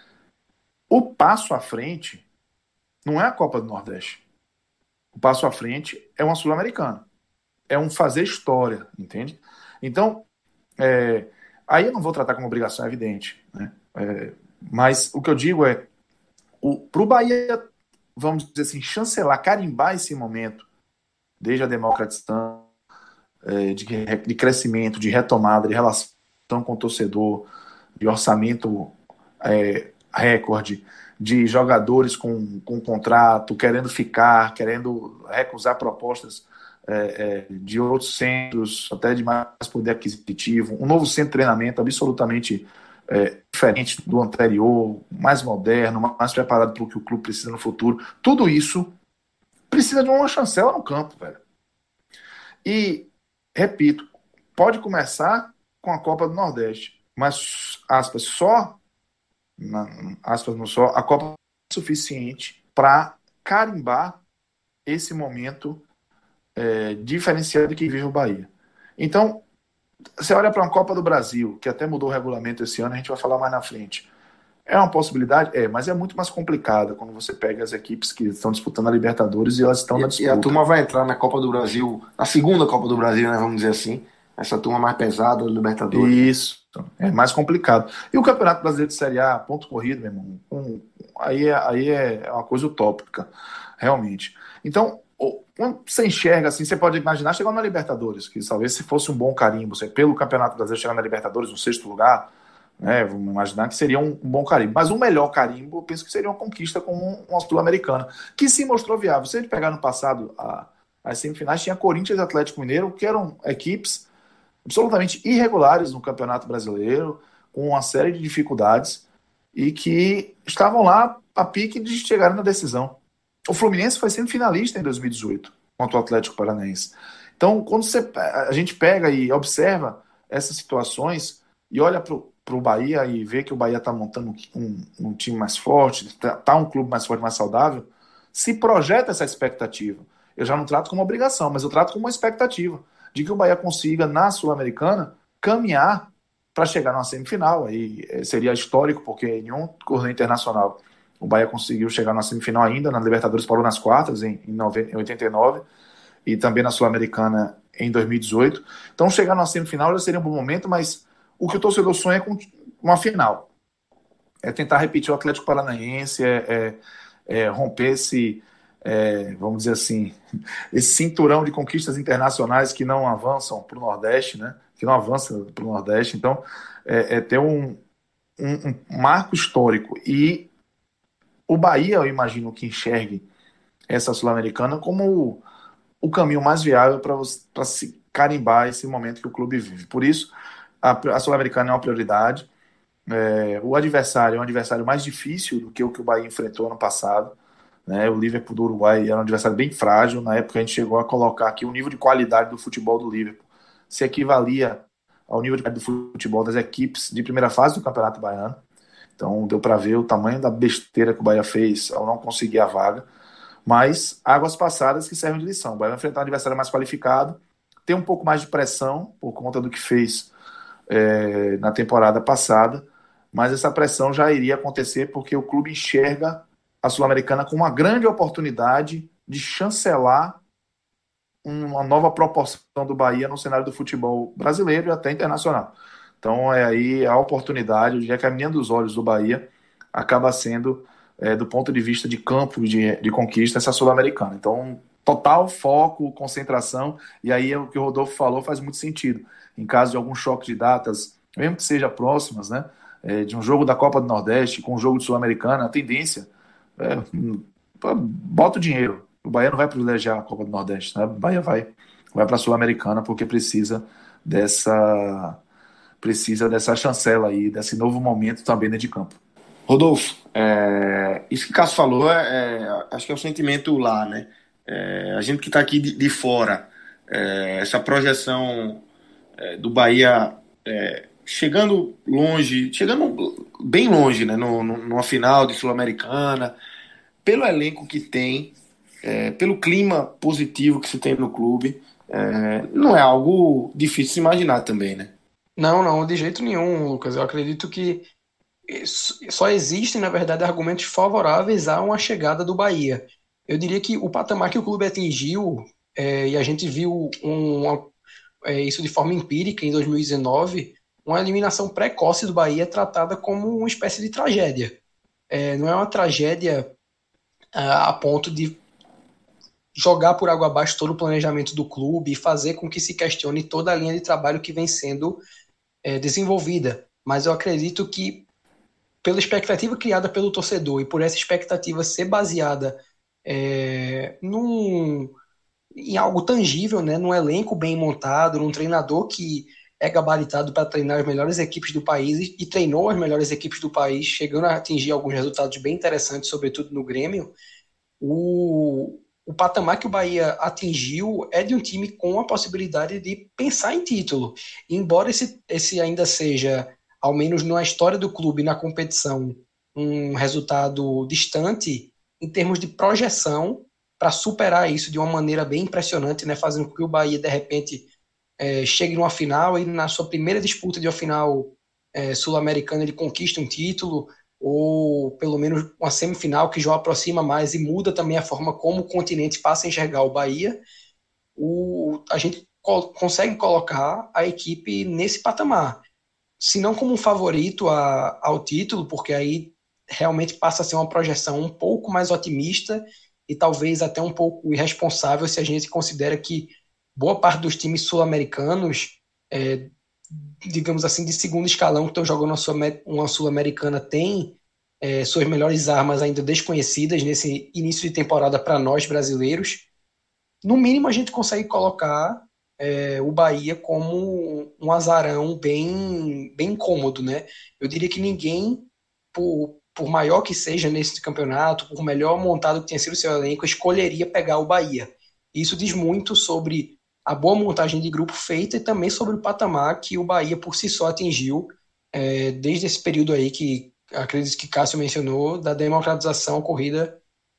O passo à frente não é a Copa do Nordeste. O passo à frente é uma Sul-Americana. É um fazer história, entende? Então, é, aí eu não vou tratar como obrigação, é evidente, né? É, mas o que eu digo é, para o Bahia, vamos dizer assim, chancelar, carimbar esse momento, desde a democratização, é, de, de crescimento, de retomada, de relação com o torcedor, de orçamento é, recorde, de jogadores com, com contrato, querendo ficar, querendo recusar propostas é, é, de outros centros, até de mais poder aquisitivo, um novo centro de treinamento absolutamente é, diferente do anterior, mais moderno, mais preparado para o que o clube precisa no futuro. Tudo isso precisa de uma chancela no campo, velho. E, repito, pode começar com a Copa do Nordeste, mas, aspas, só, na, aspas, não só, a Copa é suficiente para carimbar esse momento é, diferenciado que vive o Bahia. Então, você olha para uma Copa do Brasil, que até mudou o regulamento esse ano, a gente vai falar mais na frente. É uma possibilidade? É, mas é muito mais complicada quando você pega as equipes que estão disputando a Libertadores e elas estão e, na disputa. E a turma vai entrar na Copa do Brasil, na segunda Copa do Brasil, né, vamos dizer assim, essa turma mais pesada da Libertadores. Isso, é mais complicado. E o Campeonato Brasileiro de Série A, ponto corrido, meu irmão, um, aí, é, aí é uma coisa utópica, realmente. Então, quando você enxerga assim, você pode imaginar chegar na Libertadores, que talvez se fosse um bom carimbo, você, pelo Campeonato Brasileiro chegar na Libertadores no sexto lugar, né, vamos imaginar que seria um, um bom carimbo. Mas o melhor carimbo, eu penso que seria uma conquista como uma Sul-Americana, que se mostrou viável. Se a gente pegar no passado a, as semifinais, tinha Corinthians e Atlético Mineiro, que eram equipes absolutamente irregulares no Campeonato Brasileiro, com uma série de dificuldades, e que estavam lá a pique de chegarem na decisão. O Fluminense foi semifinalista em dois mil e dezoito contra o Atlético Paranaense. Então, quando você, a gente pega e observa essas situações e olha para o Bahia e vê que o Bahia está montando um, um time mais forte, está tá um clube mais forte, mais saudável, se projeta essa expectativa. Eu já não trato como obrigação, mas eu trato como uma expectativa de que o Bahia consiga, na Sul-Americana, caminhar para chegar numa semifinal. Aí seria histórico, porque em nenhum torneio internacional o Bahia conseguiu chegar na semifinal ainda, na Libertadores parou nas quartas em, em oitenta e nove, e também na Sul-Americana em dois mil e dezoito. Então chegar na semifinal já seria um bom momento, mas o que o torcedor sonha é com uma final. É tentar repetir o Atlético Paranaense, é, é, é romper esse, é, vamos dizer assim, esse cinturão de conquistas internacionais que não avançam para o Nordeste, né? Que não avança para o Nordeste. Então, é, é ter um, um, um marco histórico. E o Bahia, eu imagino que enxergue essa Sul-Americana como o, o caminho mais viável para se carimbar esse momento que o clube vive. Por isso, a, a Sul-Americana é uma prioridade. É, o adversário é um adversário mais difícil do que o que o Bahia enfrentou ano passado, né? O Liverpool do Uruguai era um adversário bem frágil. Na época a gente chegou a colocar aqui o nível de qualidade do futebol do Liverpool se equivalia ao nível de qualidade do futebol das equipes de primeira fase do Campeonato Baiano. Então deu para ver o tamanho da besteira que o Bahia fez ao não conseguir a vaga. Mas águas passadas que servem de lição. O Bahia vai enfrentar um adversário mais qualificado, tem um pouco mais de pressão por conta do que fez é, na temporada passada, mas essa pressão já iria acontecer porque o clube enxerga a Sul-Americana como uma grande oportunidade de chancelar uma nova proporção do Bahia no cenário do futebol brasileiro e até internacional. Então é aí a oportunidade, já que a menina dos olhos do Bahia acaba sendo, é, do ponto de vista de campo de, de conquista, essa Sul-Americana. Então, total foco, concentração, e aí é o que o Rodolfo falou faz muito sentido. Em caso de algum choque de datas, mesmo que seja próximas, né, é, de um jogo da Copa do Nordeste com um jogo de Sul-Americana, a tendência é, bota o dinheiro. O Bahia não vai privilegiar a Copa do Nordeste, né? O Bahia vai, vai para a Sul-Americana porque precisa dessa, precisa dessa chancela aí, desse novo momento também dentro de campo. Rodolfo, é, isso que o Cássio falou, é, é, acho que é o sentimento lá, né? É, a gente que está aqui de, de fora, é, essa projeção é, do Bahia é, chegando longe, chegando bem longe, né? No, no, numa final de Sul-Americana, pelo elenco que tem, é, pelo clima positivo que se tem no clube, é, não é algo difícil de se imaginar também, né? Não, não, de jeito nenhum, Lucas. Eu acredito que só existem, na verdade, argumentos favoráveis a uma chegada do Bahia. Eu diria que o patamar que o clube atingiu, é, e a gente viu um, uma, é, isso de forma empírica em dois mil e dezenove, uma eliminação precoce do Bahia tratada como uma espécie de tragédia. É, não é uma tragédia a, a ponto de jogar por água abaixo todo o planejamento do clube e fazer com que se questione toda a linha de trabalho que vem sendo é, desenvolvida. Mas eu acredito que, pela expectativa criada pelo torcedor e por essa expectativa ser baseada é, num, em algo tangível, né, num elenco bem montado, num treinador que é gabaritado para treinar as melhores equipes do país e, e treinou as melhores equipes do país, chegando a atingir alguns resultados bem interessantes, sobretudo no Grêmio, o, o patamar que o Bahia atingiu é de um time com a possibilidade de pensar em título. E embora esse, esse ainda seja, ao menos na história do clube, na competição, um resultado distante, em termos de projeção, para superar isso de uma maneira bem impressionante, né, fazendo com que o Bahia, de repente, é, chegue numa final e na sua primeira disputa de uma final é, sul-americana ele conquista um título, ou pelo menos uma semifinal que já aproxima mais e muda também a forma como o continente passa a enxergar o Bahia, o, a gente co- consegue colocar a equipe nesse patamar. Se não como um favorito a, ao título, porque aí realmente passa a ser uma projeção um pouco mais otimista e talvez até um pouco irresponsável se a gente considera que boa parte dos times sul-americanos, é, digamos assim, de segundo escalão que estão jogando uma Sul-Americana tem é, suas melhores armas ainda desconhecidas nesse início de temporada para nós brasileiros. No mínimo a gente consegue colocar é, o Bahia como um azarão bem, bem incômodo, né? Eu diria que ninguém, por, por maior que seja nesse campeonato, por melhor montado que tenha sido o seu elenco, escolheria pegar o Bahia. Isso diz muito sobre a boa montagem de grupo feita e também sobre o patamar que o Bahia por si só atingiu é, desde esse período aí que acredito que Cássio mencionou, da democratização ocorrida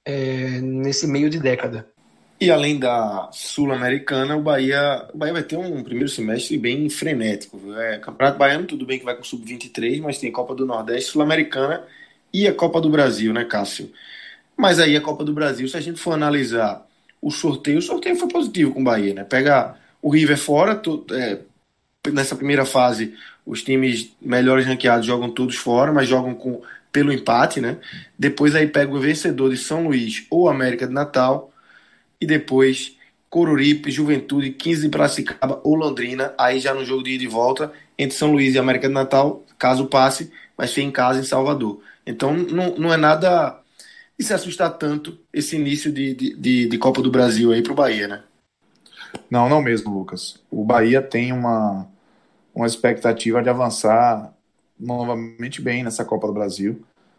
é, nesse meio de década. E além da Sul-Americana, o Bahia, o Bahia vai ter um primeiro semestre bem frenético. Viu? É, Campeonato Baiano, tudo bem que vai com o sub vinte e três, mas tem Copa do Nordeste, Sul-Americana e a Copa do Brasil, né, Cássio? Mas aí a Copa do Brasil, se a gente for analisar o sorteio, o sorteio foi positivo com o Bahia, né? Pega o River fora, to, é, nessa primeira fase, os times melhores ranqueados jogam todos fora, mas jogam com, pelo empate, né? Depois aí pega o vencedor de São Luís ou América de Natal, e depois Coruripe, Juventude, quinze de Piracicaba ou Londrina, aí já no jogo de ida e volta, entre São Luís e América de Natal, caso passe, vai ser em casa em Salvador. Então não, não é nada de se assustar tanto esse início de, de, de, de Copa do Brasil aí pro Bahia, né? Não, não mesmo, Lucas. O Bahia tem uma, uma expectativa de avançar novamente bem nessa Copa do Brasil.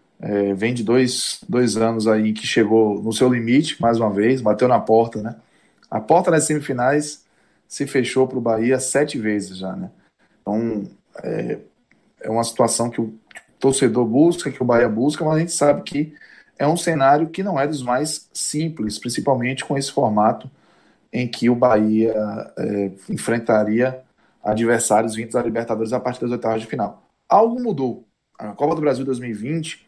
É, vem de dois, dois anos aí que chegou no seu limite, mais uma vez, bateu na porta, né? A porta das semifinais se fechou para o Bahia sete vezes já, né? Então, é, é uma situação que o torcedor busca, que o Bahia busca, mas a gente sabe que é um cenário que não é dos mais simples, principalmente com esse formato em que o Bahia é, enfrentaria adversários vindos da Libertadores a partir das oitavas de final. Algo mudou. A Copa do Brasil dois mil e vinte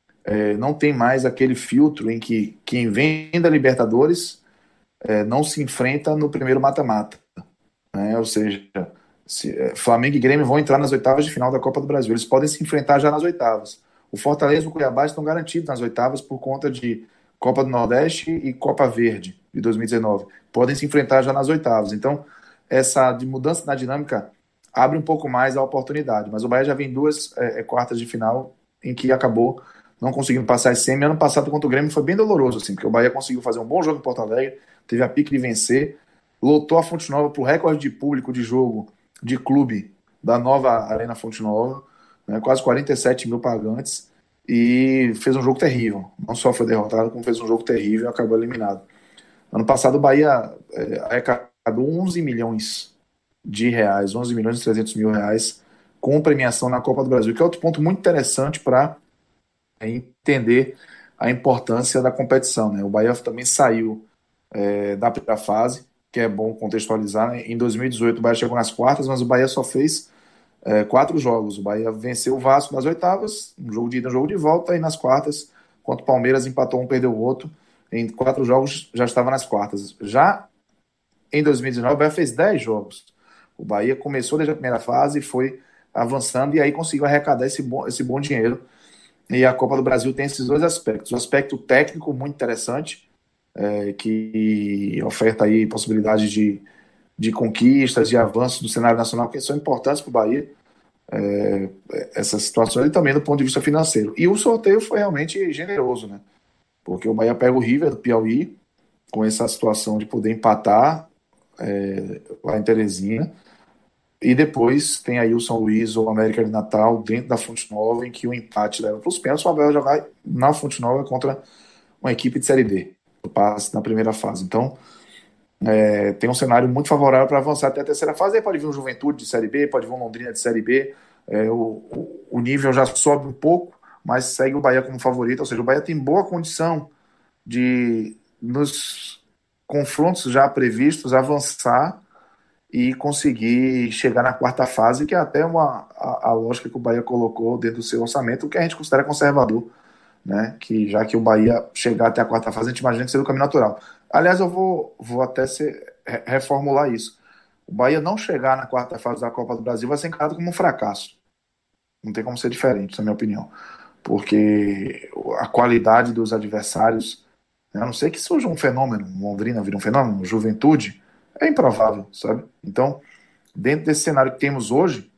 é, não tem mais aquele filtro em que quem vem da Libertadores é, não se enfrenta no primeiro mata-mata. Né? Ou seja, se, é, Flamengo e Grêmio vão entrar nas oitavas de final da Copa do Brasil. Eles podem se enfrentar já nas oitavas. O Fortaleza e o Cuiabá estão garantidos nas oitavas por conta de Copa do Nordeste e Copa Verde de dois mil e dezenove. Podem se enfrentar já nas oitavas. Então, essa de mudança na dinâmica abre um pouco mais a oportunidade. Mas o Bahia já vem duas é, quartas de final em que acabou não conseguindo passar esse semi. Ano passado contra o Grêmio foi bem doloroso, assim, porque o Bahia conseguiu fazer um bom jogo em Porto Alegre, teve a pique de vencer, lotou a Fonte Nova para o recorde de público de jogo de clube da nova Arena Fonte Nova, né, quase quarenta e sete mil pagantes, e fez um jogo terrível. Não só foi derrotado, como fez um jogo terrível e acabou eliminado. Ano passado o Bahia é, arrecadou onze milhões de reais, onze milhões e trezentos mil reais com premiação na Copa do Brasil, que é outro ponto muito interessante para entender a importância da competição. Né? O Bahia também saiu é, da primeira fase, que é bom contextualizar. Né? Em dois mil e dezoito o Bahia chegou nas quartas, mas o Bahia só fez é, quatro jogos. O Bahia venceu o Vasco nas oitavas, um jogo de ida, um jogo de volta, e nas quartas, contra o Palmeiras, empatou um, perdeu o outro. Em quatro jogos já estava nas quartas. Já em dois mil e dezenove o Bahia fez dez jogos. O Bahia começou desde a primeira fase e foi avançando, e aí conseguiu arrecadar esse bom, esse bom dinheiro. E a Copa do Brasil tem esses dois aspectos. O aspecto técnico, muito interessante, é, que oferta aí possibilidades de, de conquistas, de avanços do cenário nacional, que são importantes para o Bahia, é, essas situações, e também do ponto de vista financeiro. E o sorteio foi realmente generoso, né? Porque o Bahia pega o River do Piauí, com essa situação de poder empatar é, lá em Teresina, e depois tem aí o São Luís ou o América de Natal dentro da Fonte Nova, em que o empate leva para os pênaltis. O Abel já vai na Fonte Nova contra uma equipe de Série D. passe na primeira fase. Então, é, tem um cenário muito favorável para avançar até a terceira fase. Aí pode vir um Juventude de Série B, pode vir um Londrina de Série B. É, o, o nível já sobe um pouco, mas segue o Bahia como favorito. Ou seja, o Bahia tem boa condição de, nos confrontos já previstos, avançar e conseguir chegar na quarta fase, que é até uma, a, a lógica que o Bahia colocou dentro do seu orçamento, o que a gente considera conservador, né? Que já que o Bahia chegar até a quarta fase, a gente imagina que seria o caminho natural. Aliás, eu vou, vou até ser, reformular isso. O Bahia não chegar na quarta fase da Copa do Brasil vai ser encarado como um fracasso. Não tem como ser diferente, na minha opinião. Porque a qualidade dos adversários, a não ser que surja um fenômeno, um Londrina vira um fenômeno, Juventude, é improvável, sabe? Então, dentro desse cenário que temos hoje,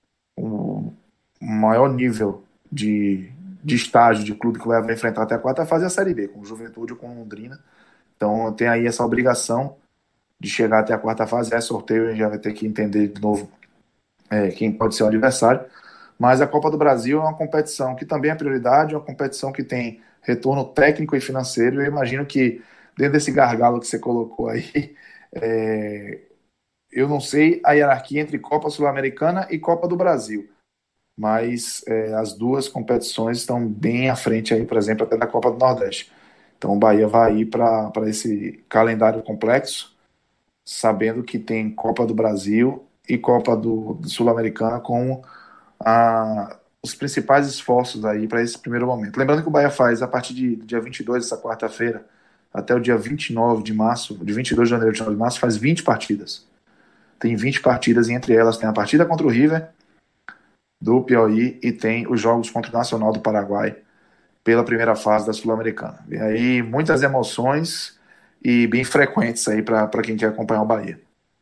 o maior nível de, de estágio de clube que vai enfrentar até a quarta fase é a Série B, com Juventude ou com Londrina. Então, tem aí essa obrigação de chegar até a quarta fase. É sorteio, a gente já vai ter que entender de novo é, quem pode ser o adversário. Mas a Copa do Brasil é uma competição que também é prioridade, é uma competição que tem retorno técnico e financeiro. Eu imagino que, dentro desse gargalo que você colocou aí, É, eu não sei a hierarquia entre Copa Sul-Americana e Copa do Brasil, mas é, as duas competições estão bem à frente aí, por exemplo, até da Copa do Nordeste. Então o Bahia vai ir para esse calendário complexo, sabendo que tem Copa do Brasil e Copa do, do Sul-Americana como a, os principais esforços aí para esse primeiro momento. Lembrando que o Bahia faz a partir de dia vinte e dois, essa quarta-feira, até o dia vinte e nove de março, de vinte e dois de janeiro a vinte e nove de março, faz vinte partidas. Tem vinte partidas e entre elas tem a partida contra o River do Piauí e tem os jogos contra o Nacional do Paraguai pela primeira fase da Sul-Americana. E aí muitas emoções e bem frequentes aí para quem quer acompanhar o Bahia.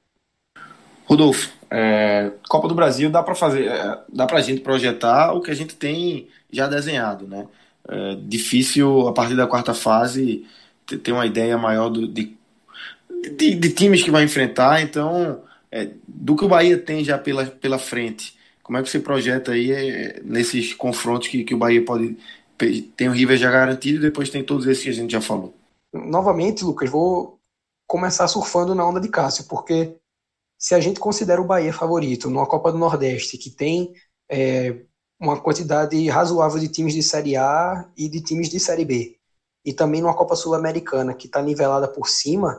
Rodolfo, é, Copa do Brasil dá para fazer, é, dá para a gente projetar o que a gente tem já desenhado, né? É difícil a partir da quarta fase ter uma ideia maior do, de, de, de times que vai enfrentar. Então, é, do que o Bahia tem já pela, pela frente, como é que você projeta aí é, nesses confrontos que, que o Bahia pode... Tem o River já garantido e depois tem todos esses que a gente já falou. Novamente, Lucas, vou começar surfando na onda de Cássio, porque se a gente considera o Bahia favorito numa Copa do Nordeste, que tem é, uma quantidade razoável de times de Série A e de times de Série B, e também numa Copa Sul-Americana que está nivelada por cima,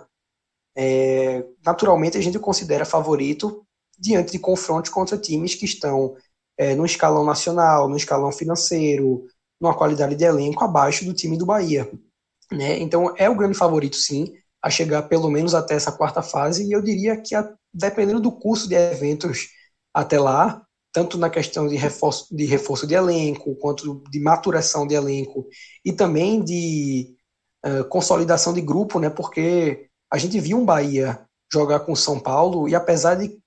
é, naturalmente a gente considera favorito diante de confrontos contra times que estão é, no escalão nacional, no escalão financeiro, numa qualidade de elenco abaixo do time do Bahia, né? Então é o grande favorito, sim, a chegar pelo menos até essa quarta fase, e eu diria que a, dependendo do curso de eventos até lá, tanto na questão de reforço, de reforço de elenco, quanto de maturação de elenco, e também de uh, consolidação de grupo, né? Porque a gente viu um Bahia jogar com o São Paulo, e apesar de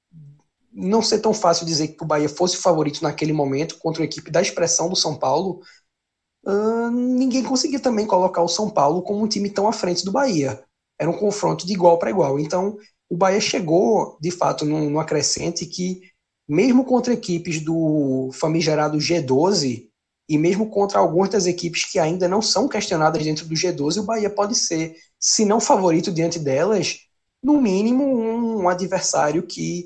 não ser tão fácil dizer que o Bahia fosse o favorito naquele momento contra a equipe da expressão do São Paulo, uh, ninguém conseguia também colocar o São Paulo como um time tão à frente do Bahia. Era um confronto de igual para igual. Então, o Bahia chegou, de fato, num, numa crescente que, mesmo contra equipes do famigerado G doze, e mesmo contra algumas das equipes que ainda não são questionadas dentro do G doze, o Bahia pode ser, se não favorito diante delas, no mínimo um, um adversário que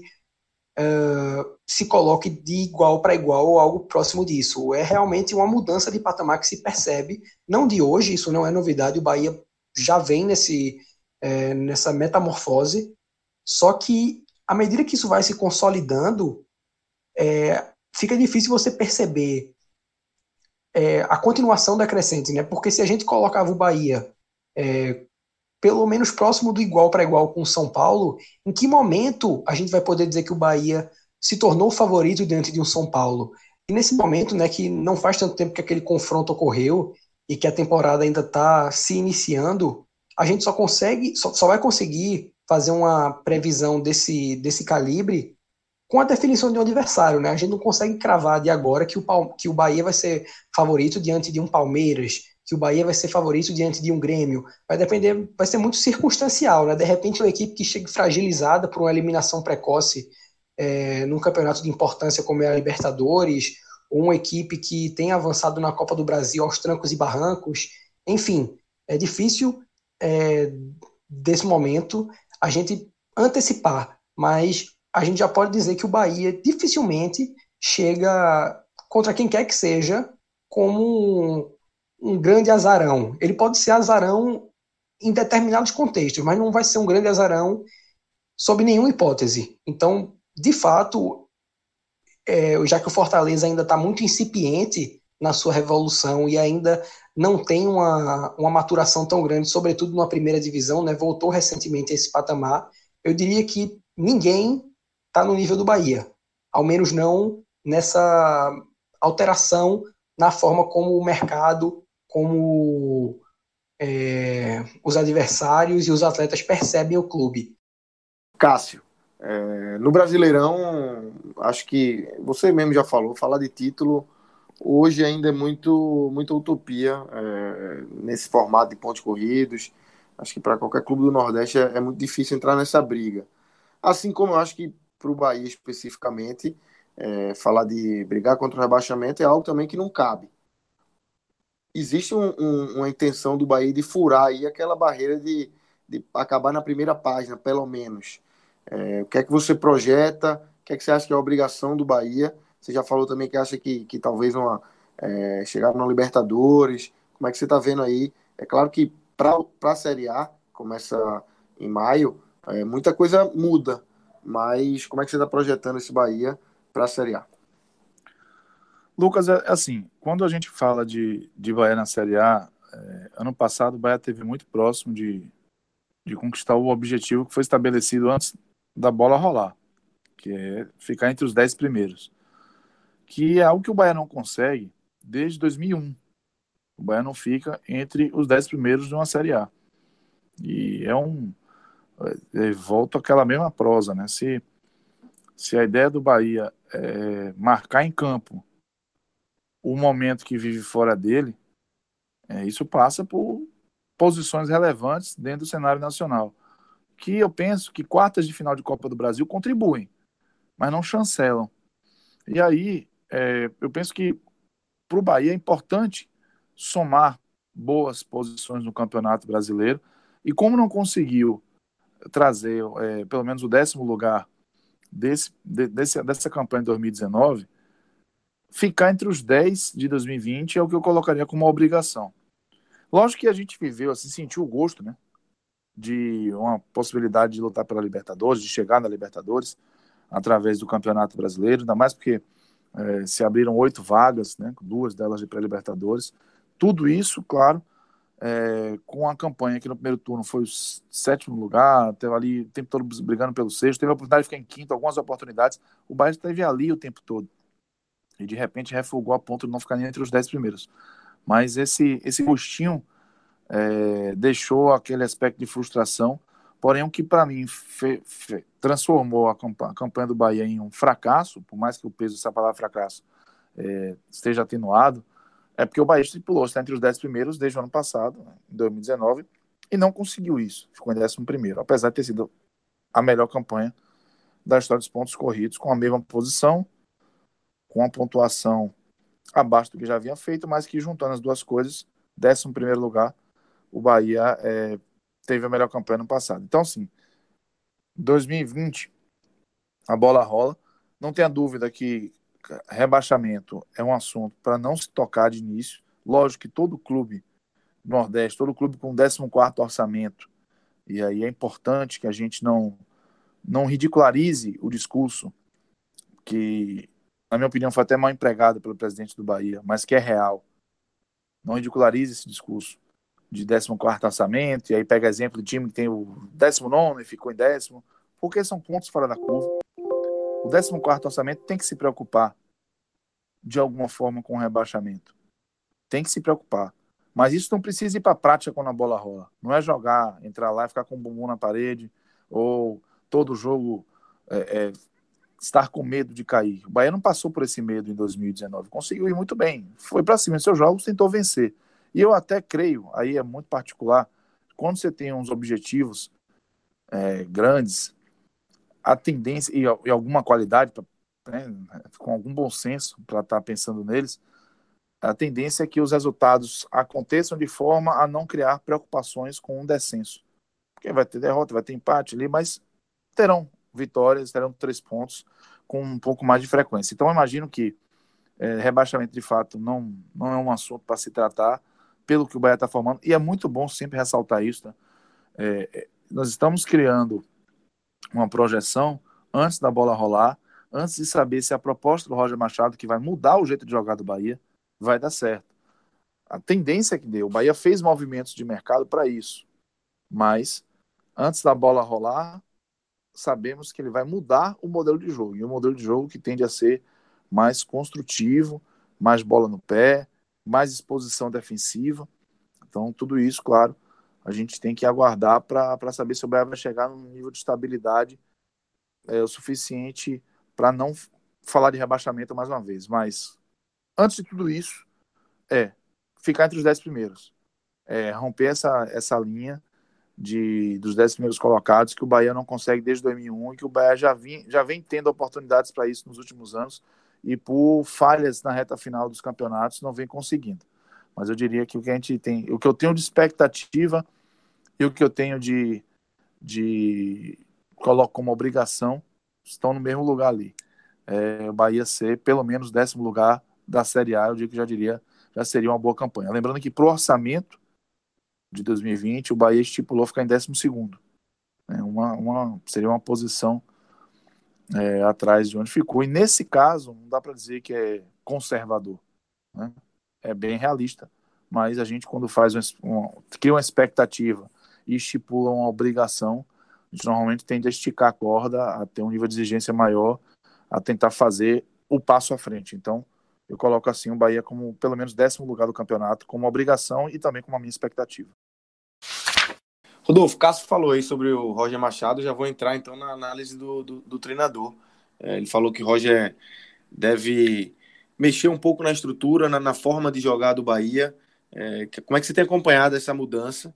uh, se coloque de igual para igual ou algo próximo disso. É realmente uma mudança de patamar que se percebe, não de hoje, isso não é novidade, o Bahia já vem nesse, é, nessa metamorfose, só que à medida que isso vai se consolidando, é, fica difícil você perceber é, a continuação da crescente, né? Porque se a gente colocava o Bahia é, pelo menos próximo do igual para igual com o São Paulo, em que momento a gente vai poder dizer que o Bahia se tornou favorito diante de um São Paulo? E nesse momento, né, que não faz tanto tempo que aquele confronto ocorreu e que a temporada ainda está se iniciando, a gente só consegue, só, só vai conseguir fazer uma previsão desse, desse calibre com a definição de um adversário, né? A gente não consegue cravar de agora que o, que o Bahia vai ser favorito diante de um Palmeiras, que o Bahia vai ser favorito diante de um Grêmio. Vai depender, vai ser muito circunstancial, né? De repente, uma equipe que chega fragilizada por uma eliminação precoce é, num campeonato de importância como é a Libertadores, ou uma equipe que tem avançado na Copa do Brasil aos trancos e barrancos. Enfim, é difícil é, desse momento a gente antecipar, mas a gente já pode dizer que o Bahia dificilmente chega contra quem quer que seja como um, um grande azarão. Ele pode ser azarão em determinados contextos, mas não vai ser um grande azarão sob nenhuma hipótese. Então, de fato, é, já que o Fortaleza ainda está muito incipiente na sua revolução e ainda não tem uma, uma maturação tão grande, sobretudo na primeira divisão, né, voltou recentemente a esse patamar, eu diria que ninguém está no nível do Bahia, ao menos não nessa alteração na forma como o mercado, como é, os adversários e os atletas percebem o clube. Cássio, é, no Brasileirão, acho que você mesmo já falou, falar de título hoje ainda é muito, muito utopia é, nesse formato de pontos corridos. Acho que para qualquer clube do Nordeste é, é muito difícil entrar nessa briga. Assim como eu acho que para o Bahia especificamente, é, falar de brigar contra o rebaixamento é algo também que não cabe. Existe um, um, uma intenção do Bahia de furar aí aquela barreira de, de acabar na primeira página, pelo menos. É, o que é que você projeta? O que é que você acha que é a obrigação do Bahia? Você já falou também que acha que, que talvez uma, é, chegar na Libertadores. Como é que você está vendo aí? É claro que para a Série A, começa em maio, é, muita coisa muda. Mas como é que você está projetando esse Bahia para a Série A? Lucas, é assim, quando a gente fala de, de Bahia na Série A, é, ano passado o Bahia esteve muito próximo de, de conquistar o objetivo que foi estabelecido antes da bola rolar, que é ficar entre os dez primeiros, que é algo que o Bahia não consegue desde dois mil e um. O Bahia não fica entre os dez primeiros de uma Série A. E é um... É, volta àquela mesma prosa, né? Se, se a ideia do Bahia é marcar em campo o momento que vive fora dele, é, isso passa por posições relevantes dentro do cenário nacional. Que eu penso que quartas de final de Copa do Brasil contribuem, mas não chancelam. E aí, é, eu penso que para o Bahia é importante somar boas posições no Campeonato Brasileiro. E como não conseguiu trazer é, pelo menos o décimo lugar desse, de, desse, dessa campanha de dois mil e dezenove, ficar entre os dez de dois mil e vinte é o que eu colocaria como uma obrigação. Lógico que a gente viveu, assim, sentiu o gosto, né, de uma possibilidade de lutar pela Libertadores, de chegar na Libertadores através do Campeonato Brasileiro, ainda mais porque é, se abriram oito vagas, né, duas delas de pré-Libertadores. Tudo isso, claro, é, com a campanha que no primeiro turno foi o sétimo lugar, teve ali o tempo todo brigando pelo sexto, teve a oportunidade de ficar em quinto, algumas oportunidades. O Bahia esteve ali o tempo todo. E de repente refugou a ponto de não ficar nem entre os dez primeiros. Mas esse, esse gostinho é, deixou aquele aspecto de frustração, porém o que para mim fe, fe, transformou a campanha, a campanha do Bahia em um fracasso, por mais que o peso dessa palavra fracasso é, esteja atenuado, é porque o Bahia estipulou estar entre os dez primeiros desde o ano passado, né, em dois mil e dezenove, e não conseguiu isso, ficou em décimo primeiro, apesar de ter sido a melhor campanha da história dos pontos corridos, com a mesma posição, com a pontuação abaixo do que já havia feito, mas que juntando as duas coisas, décimo primeiro lugar, o Bahia é, teve a melhor campanha no passado. Então, assim, dois mil e vinte, a bola rola. Não tenha dúvida que rebaixamento é um assunto para não se tocar de início. Lógico que todo clube do Nordeste, todo clube com décimo quarto orçamento, e aí é importante que a gente não, não ridicularize o discurso que, na minha opinião, foi até mal empregado pelo presidente do Bahia, mas que é real. Não ridicularize esse discurso de décimo quarto orçamento, e aí pega exemplo do time que tem o décimo nono e ficou em décimo, porque são pontos fora da curva. O décimo quarto orçamento tem que se preocupar de alguma forma com o rebaixamento. Tem que se preocupar. Mas isso não precisa ir para a prática quando a bola rola. Não é jogar, entrar lá e ficar com o bumbum na parede, ou todo jogo é, é, estar com medo de cair. O Bahia não passou por esse medo em dois mil e dezenove. Conseguiu ir muito bem. Foi para cima em seus jogos, tentou vencer. E eu até creio, aí é muito particular, quando você tem uns objetivos é, grandes, a tendência, e, e alguma qualidade, né, com algum bom senso para estar tá pensando neles, a tendência é que os resultados aconteçam de forma a não criar preocupações com um descenso. Porque vai ter derrota, vai ter empate ali, mas terão vitórias, terão três pontos com um pouco mais de frequência. Então, eu imagino que é, rebaixamento, de fato, não, não é um assunto para se tratar, pelo que o Bahia está formando, e é muito bom sempre ressaltar isso. Tá? É, nós estamos criando uma projeção antes da bola rolar, antes de saber se a proposta do Roger Machado, que vai mudar o jeito de jogar do Bahia, vai dar certo. A tendência é que deu. O Bahia fez movimentos de mercado para isso, mas antes da bola rolar, sabemos que ele vai mudar o modelo de jogo, e o modelo de jogo que tende a ser mais construtivo, mais bola no pé, mais exposição defensiva. Então, tudo isso, claro, a gente tem que aguardar para saber se o Bahia vai chegar num nível de estabilidade é, o suficiente para não falar de rebaixamento mais uma vez. Mas, antes de tudo isso, é ficar entre os dez primeiros. É, romper essa, essa linha de, dos dez primeiros colocados, que o Bahia não consegue desde dois mil e um, e que o Bahia já, vinha, já vem tendo oportunidades para isso nos últimos anos, e por falhas na reta final dos campeonatos não vem conseguindo. Mas eu diria que o que a gente tem, o que eu tenho de expectativa e o que eu tenho de, de coloco como obrigação estão no mesmo lugar ali. É, o Bahia ser pelo menos décimo lugar da Série A, eu digo que já diria, já seria uma boa campanha. Lembrando que pro orçamento de dois mil e vinte, o Bahia estipulou ficar em décimo segundo. É uma, uma, seria uma posição é, atrás de onde ficou. E nesse caso, não dá para dizer que é conservador. Né? É bem realista. Mas a gente, quando faz uma, uma, cria uma expectativa e estipula uma obrigação, a gente normalmente tende a esticar a corda, a ter um nível de exigência maior, a tentar fazer o passo à frente. Então, eu coloco assim o Bahia como pelo menos décimo lugar do campeonato, como obrigação e também como a minha expectativa. Rodolfo, Cássio falou aí sobre o Roger Machado, já vou entrar então na análise do, do, do treinador. É, ele falou que o Roger deve mexer um pouco na estrutura, na, na forma de jogar do Bahia. É, como é que você tem acompanhado essa mudança?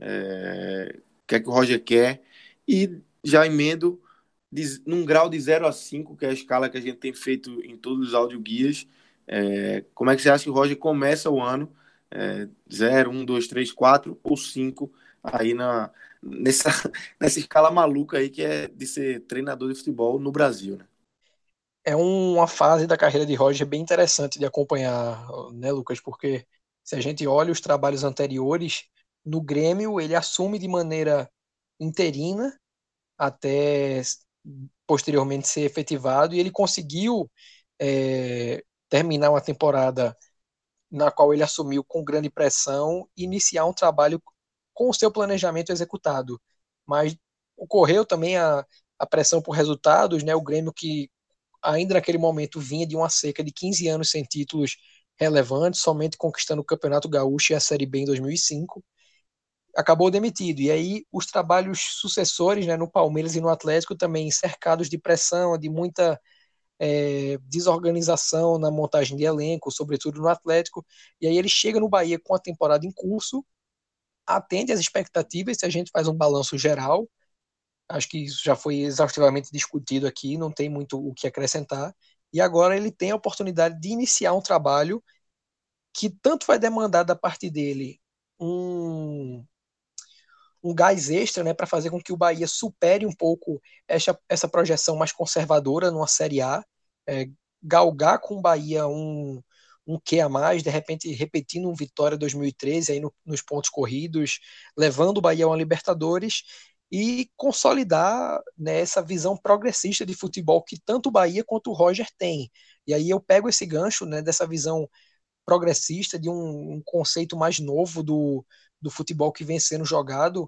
É, o que é que o Roger quer? E já emendo de, num grau de zero a cinco, que é a escala que a gente tem feito em todos os audioguias. É, como é que você acha que o Roger começa o ano? É, zero, um, dois, três, quatro ou cinco? Aí na, nessa, nessa escala maluca aí que é de ser treinador de futebol no Brasil, né? É uma fase da carreira de Roger bem interessante de acompanhar, né, Lucas? Porque se a gente olha os trabalhos anteriores, no Grêmio ele assume de maneira interina até posteriormente ser efetivado, e ele conseguiu é, terminar uma temporada na qual ele assumiu com grande pressão e iniciar um trabalho com o seu planejamento executado. Mas ocorreu também a, a pressão por resultados, né? O Grêmio, que ainda naquele momento vinha de uma seca de quinze anos sem títulos relevantes, somente conquistando o Campeonato Gaúcho e a Série B em dois mil e cinco, acabou demitido. E aí os trabalhos sucessores, né, no Palmeiras e no Atlético também cercados de pressão, de muita é, desorganização na montagem de elenco, sobretudo no Atlético. E aí ele chega no Bahia com a temporada em curso, atende às expectativas. Se a gente faz um balanço geral, acho que isso já foi exaustivamente discutido aqui, não tem muito o que acrescentar. E agora ele tem a oportunidade de iniciar um trabalho que tanto vai demandar da parte dele um, um gás extra, né, para fazer com que o Bahia supere um pouco essa, essa projeção mais conservadora numa Série A, é, galgar com o Bahia um, um quê a mais, de repente repetindo um Vitória dois mil e treze aí no, nos pontos corridos, levando o Bahia a uma Libertadores e consolidar, né, essa visão progressista de futebol que tanto o Bahia quanto o Roger tem. E aí eu pego esse gancho, né, dessa visão progressista, de um, um conceito mais novo do, do futebol que vem sendo jogado,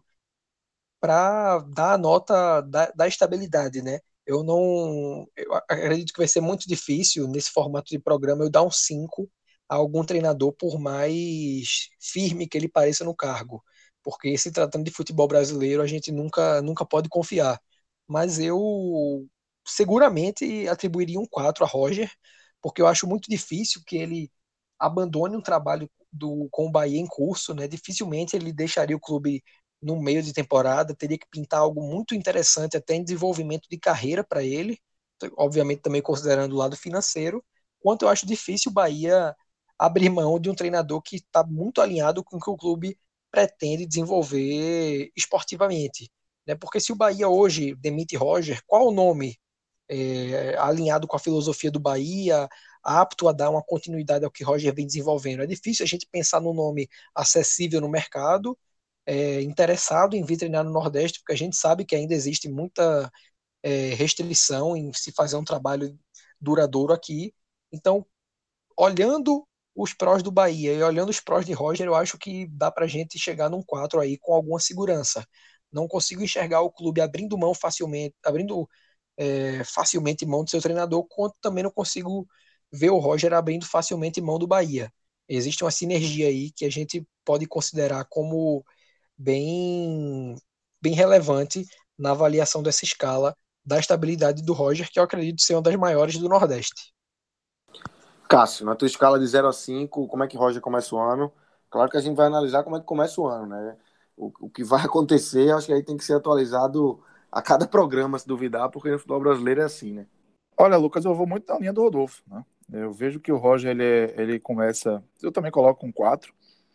para dar a nota da, da estabilidade, né? Eu não. Eu acredito que vai ser muito difícil, nesse formato de programa, eu dar um cinco a algum treinador, por mais firme que ele pareça no cargo. Porque, se tratando de futebol brasileiro, a gente nunca, nunca pode confiar. Mas eu seguramente atribuiria um quatro a Roger, porque eu acho muito difícil que ele abandone um trabalho do, com o Bahia em curso, né? Dificilmente ele deixaria o clube no meio de temporada, teria que pintar algo muito interessante até em desenvolvimento de carreira para ele, obviamente também considerando o lado financeiro, quanto eu acho difícil o Bahia abrir mão de um treinador que está muito alinhado com o que o clube pretende desenvolver esportivamente. Né? Porque se o Bahia hoje demite Roger, qual o nome é, alinhado com a filosofia do Bahia, apto a dar uma continuidade ao que Roger vem desenvolvendo? É difícil a gente pensar num nome acessível no mercado, é, interessado em vir treinar no Nordeste, porque a gente sabe que ainda existe muita é, restrição em se fazer um trabalho duradouro aqui. Então, olhando os prós do Bahia e olhando os prós de Roger, eu acho que dá pra gente chegar num quatro aí com alguma segurança. Não consigo enxergar o clube abrindo mão facilmente, abrindo é, facilmente mão do seu treinador, quanto também não consigo ver o Roger abrindo facilmente mão do Bahia. Existe uma sinergia aí que a gente pode considerar como bem, bem relevante na avaliação dessa escala da estabilidade do Roger, que eu acredito ser uma das maiores do Nordeste. Cássio, na tua escala de zero a cinco, como é que Roger começa o ano? Claro que a gente vai analisar como é que começa o ano, né? O, o que vai acontecer, acho que aí tem que ser atualizado a cada programa, se duvidar, porque no futebol brasileiro é assim, né? Olha, Lucas, eu vou muito na linha do Rodolfo, né? Eu vejo que o Roger, ele, é- ele começa... Eu também coloco um quatro.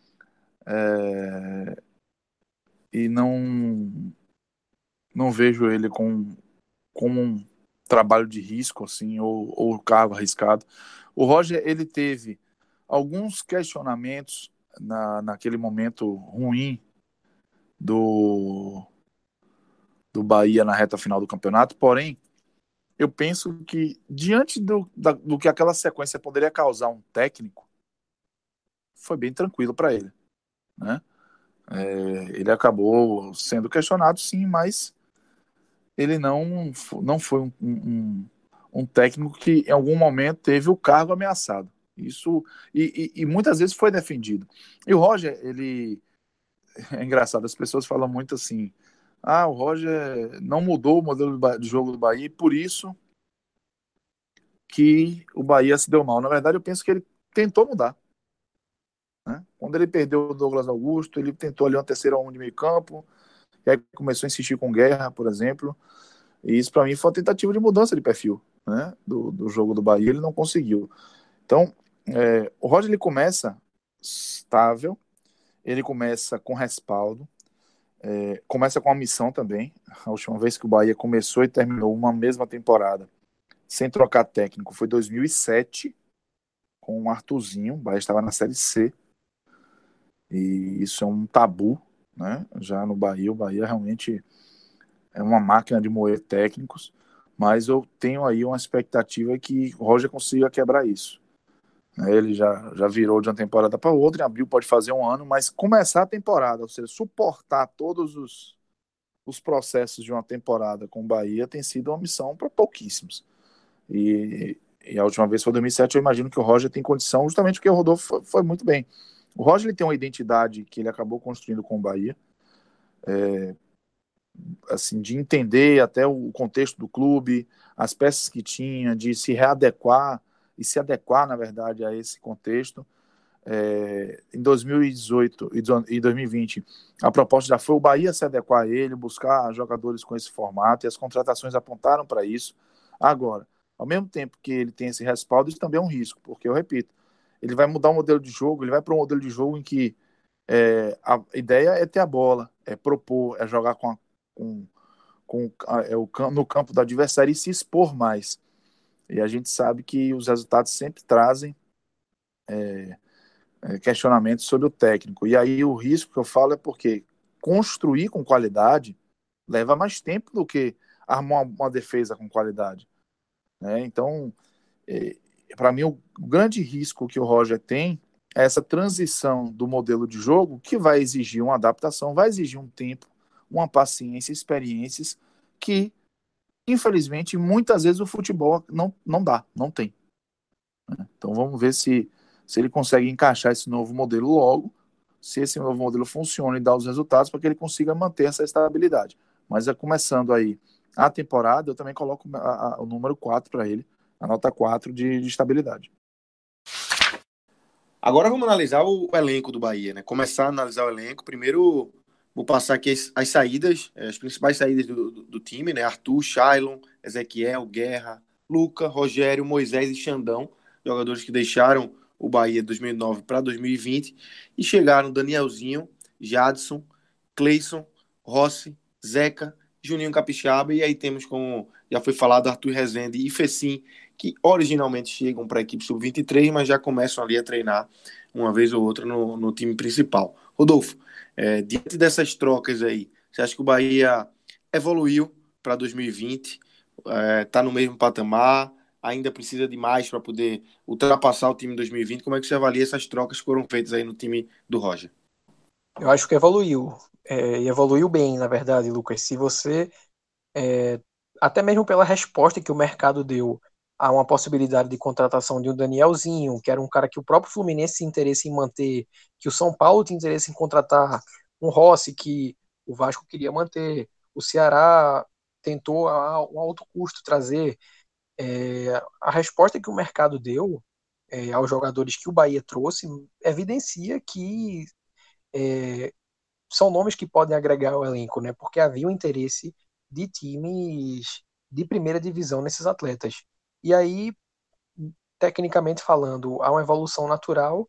É, e não, não vejo ele com, com um trabalho de risco, assim, ou, ou cargo arriscado. O Roger, ele teve alguns questionamentos na, naquele momento ruim do, do Bahia na reta final do campeonato, porém, eu penso que, diante do, da, do que aquela sequência poderia causar um técnico, foi bem tranquilo para ele, né? É, ele acabou sendo questionado, sim, mas ele não, não foi um, um, um técnico que em algum momento teve o cargo ameaçado. Isso, e, e, e muitas vezes foi defendido. E o Roger, ele... É engraçado, as pessoas falam muito assim, ah, o Roger não mudou o modelo de jogo do Bahia e por isso que o Bahia se deu mal. Na verdade, eu penso que ele tentou mudar. Né? Quando ele perdeu o Douglas Augusto, ele tentou ali uma terceira um de meio campo, e aí começou a insistir com Guerra, por exemplo. E isso, para mim, foi uma tentativa de mudança de perfil, né? do, do jogo do Bahia. Ele não conseguiu. Então, é, o Roger ele começa estável, ele começa com respaldo, é, começa com a missão também. A última vez que o Bahia começou e terminou uma mesma temporada sem trocar técnico foi dois mil e sete, com o Arthurzinho. O Bahia estava na Série C. E isso é um tabu, né? Já no Bahia, o Bahia realmente é uma máquina de moer técnicos, mas eu tenho aí uma expectativa que o Roger consiga quebrar isso. Ele já, já virou de uma temporada para outra, em abril pode fazer um ano, mas começar a temporada, ou seja, suportar todos os, os processos de uma temporada com o Bahia tem sido uma missão para pouquíssimos. E, e a última vez foi dois mil e sete, eu imagino que o Roger tem condição, justamente porque o Rodolfo foi, foi muito bem. O Roger ele tem uma identidade que ele acabou construindo com o Bahia, é, assim, de entender até o contexto do clube, as peças que tinha, de se readequar e se adequar, na verdade, a esse contexto. É, em dois mil e dezoito e dois mil e vinte, a proposta já foi o Bahia se adequar a ele, buscar jogadores com esse formato, e as contratações apontaram para isso. Agora, ao mesmo tempo que ele tem esse respaldo, isso também é um risco, porque, eu repito, ele vai mudar o modelo de jogo, ele vai para um modelo de jogo em que é, a ideia é ter a bola, é propor, é jogar com, a, com, com a, é o, no campo do adversário e se expor mais. E a gente sabe que os resultados sempre trazem é, é, questionamentos sobre o técnico. E aí o risco que eu falo é porque construir com qualidade leva mais tempo do que armar uma, uma defesa com qualidade. Né? Então, é, para mim, o grande risco que o Roger tem é essa transição do modelo de jogo que vai exigir uma adaptação, vai exigir um tempo, uma paciência, experiências que, infelizmente, muitas vezes o futebol não, não dá, não tem. Então vamos ver se, se ele consegue encaixar esse novo modelo logo, se esse novo modelo funciona e dá os resultados para que ele consiga manter essa estabilidade. Mas é começando aí a temporada, eu também coloco a, a, o número quatro para ele, a nota quatro de, de estabilidade. Agora vamos analisar o elenco do Bahia, né? Começar a analisar o elenco. Primeiro, vou passar aqui as, as saídas, as principais saídas do, do, do time, né? Arthur, Shailon, Ezequiel, Guerra, Luca, Rogério, Moisés e Xandão, jogadores que deixaram o Bahia de dois mil e nove para dois mil e vinte, e chegaram Danielzinho, Jadson, Cleison, Rossi, Zeca, Juninho Capixaba, e aí temos, como já foi falado, Arthur Rezende e Fecim, que originalmente chegam para a equipe sub vinte e três, mas já começam ali a treinar uma vez ou outra no, no time principal. Rodolfo, é, diante dessas trocas aí, você acha que o Bahia evoluiu para dois mil e vinte? Está é, no mesmo patamar? Ainda precisa de mais para poder ultrapassar o time de dois mil e vinte? Como é que você avalia essas trocas que foram feitas aí no time do Roger? Eu acho que evoluiu. É, e evoluiu bem, na verdade, Lucas. Se você, é, até mesmo pela resposta que o mercado deu a uma possibilidade de contratação de um Danielzinho, que era um cara que o próprio Fluminense tinha interesse em manter, que o São Paulo tinha interesse em contratar, um Rossi que o Vasco queria manter, o Ceará tentou a um alto custo trazer. É, a resposta que o mercado deu é, aos jogadores que o Bahia trouxe evidencia que é, são nomes que podem agregar ao elenco, né? Porque havia um interesse de times de primeira divisão nesses atletas. E aí, tecnicamente falando, há uma evolução natural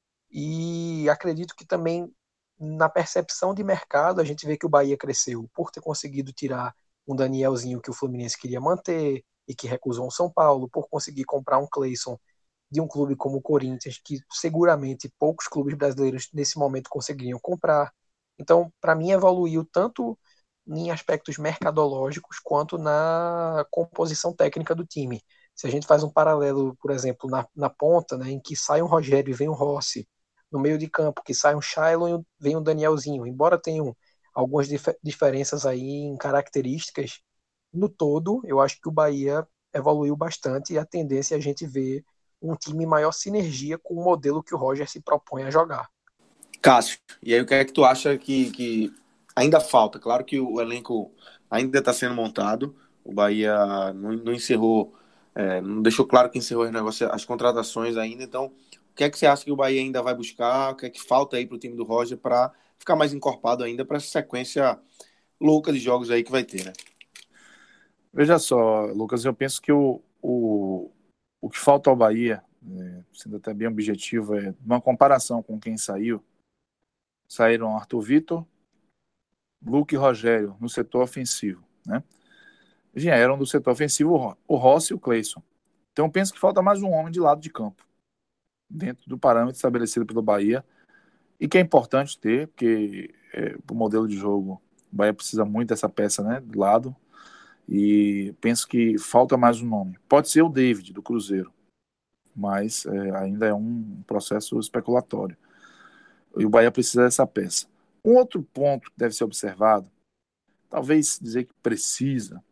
e acredito que também na percepção de mercado a gente vê que o Bahia cresceu por ter conseguido tirar um Danielzinho que o Fluminense queria manter e que recusou um São Paulo, por conseguir comprar um Cleison de um clube como o Corinthians, que seguramente poucos clubes brasileiros nesse momento conseguiriam comprar. Então, para mim, evoluiu tanto em aspectos mercadológicos quanto na composição técnica do time. Se a gente faz um paralelo, por exemplo, na, na ponta, né, em que sai um Rogério e vem um Rossi, no meio de campo, que sai um Shailon e vem um Danielzinho, embora tenham algumas dif- diferenças aí em características, no todo, eu acho que o Bahia evoluiu bastante e a tendência é a gente ver um time em maior sinergia com o modelo que o Roger se propõe a jogar. Cássio, e aí o que é que tu acha que, que ainda falta? Claro que o elenco ainda está sendo montado, o Bahia não, não encerrou, é, não deixou claro que encerrou as, negocia- as contratações ainda, então o que é que você acha que o Bahia ainda vai buscar? O que é que falta aí para o time do Roger para ficar mais encorpado ainda para essa sequência louca de jogos aí que vai ter, né? Veja só, Lucas, eu penso que o, o, o que falta ao Bahia, é, sendo até bem objetivo, é uma comparação com quem saiu. Saíram Arthur Vitor, Luque e Rogério no setor ofensivo, né? Vieram do setor ofensivo o Rossi e o Cleison. Então eu penso que falta mais um homem de lado de campo, dentro do parâmetro estabelecido pelo Bahia, e que é importante ter, porque é, o modelo de jogo, o Bahia precisa muito dessa peça, né, do lado, e penso que falta mais um nome. Pode ser o David, do Cruzeiro, mas é, ainda é um processo especulatório. E o Bahia precisa dessa peça. Um outro ponto que deve ser observado, talvez dizer que precisa,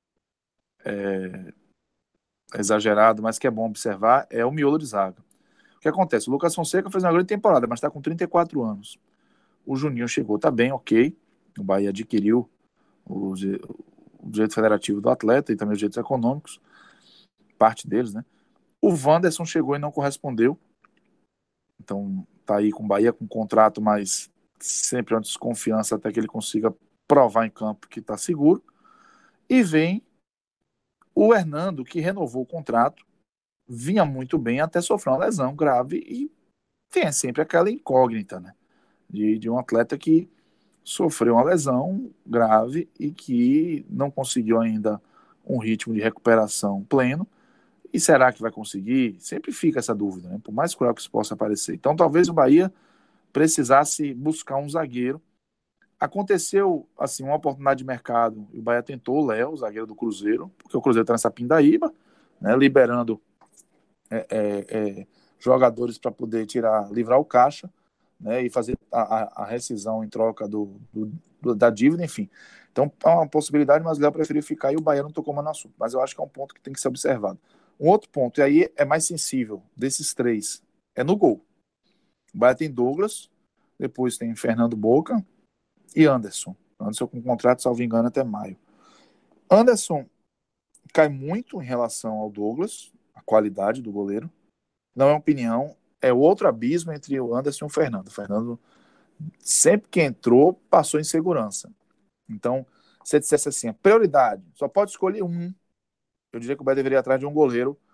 é, é exagerado, mas que é bom observar, é o miolo de zaga. O que acontece? O Lucas Fonseca fez uma grande temporada, mas está com trinta e quatro anos. O Juninho chegou, tá bem, ok. O Bahia adquiriu o, o direito federativo do atleta e também os direitos econômicos, parte deles, né? O Wanderson chegou e não correspondeu. Então tá aí com o Bahia com um contrato, mas sempre uma desconfiança até que ele consiga provar em campo que está seguro. E vem o Hernando, que renovou o contrato, vinha muito bem até sofrer uma lesão grave e tem sempre aquela incógnita, né? De, de um atleta que sofreu uma lesão grave e que não conseguiu ainda um ritmo de recuperação pleno. E será que vai conseguir? Sempre fica essa dúvida, né? Por mais cruel que isso possa parecer. Então talvez o Bahia precisasse buscar um zagueiro. Aconteceu assim uma oportunidade de mercado e o Bahia tentou o Léo, o zagueiro do Cruzeiro, porque o Cruzeiro está nessa pindaíba, né, liberando é, é, é, jogadores para poder tirar, livrar o caixa, né, e fazer a, a, a rescisão em troca do, do, do, da dívida, enfim. Então é uma possibilidade, mas o Léo preferiu ficar e o Bahia não tocou mais no assunto. Mas eu acho que é um ponto que tem que ser observado. Um outro ponto, e aí é mais sensível desses três, é no gol. O Bahia tem Douglas, depois tem Fernando Boca e Anderson. Anderson com contrato, salvo engano, até maio. Anderson cai muito em relação ao Douglas, a qualidade do goleiro. Não é opinião, é outro abismo entre o Anderson e o Fernando. O Fernando, sempre que entrou, passou em segurança. Então, se você dissesse assim, a prioridade, só pode escolher um, eu diria que o Bahia deveria ir atrás de um goleiro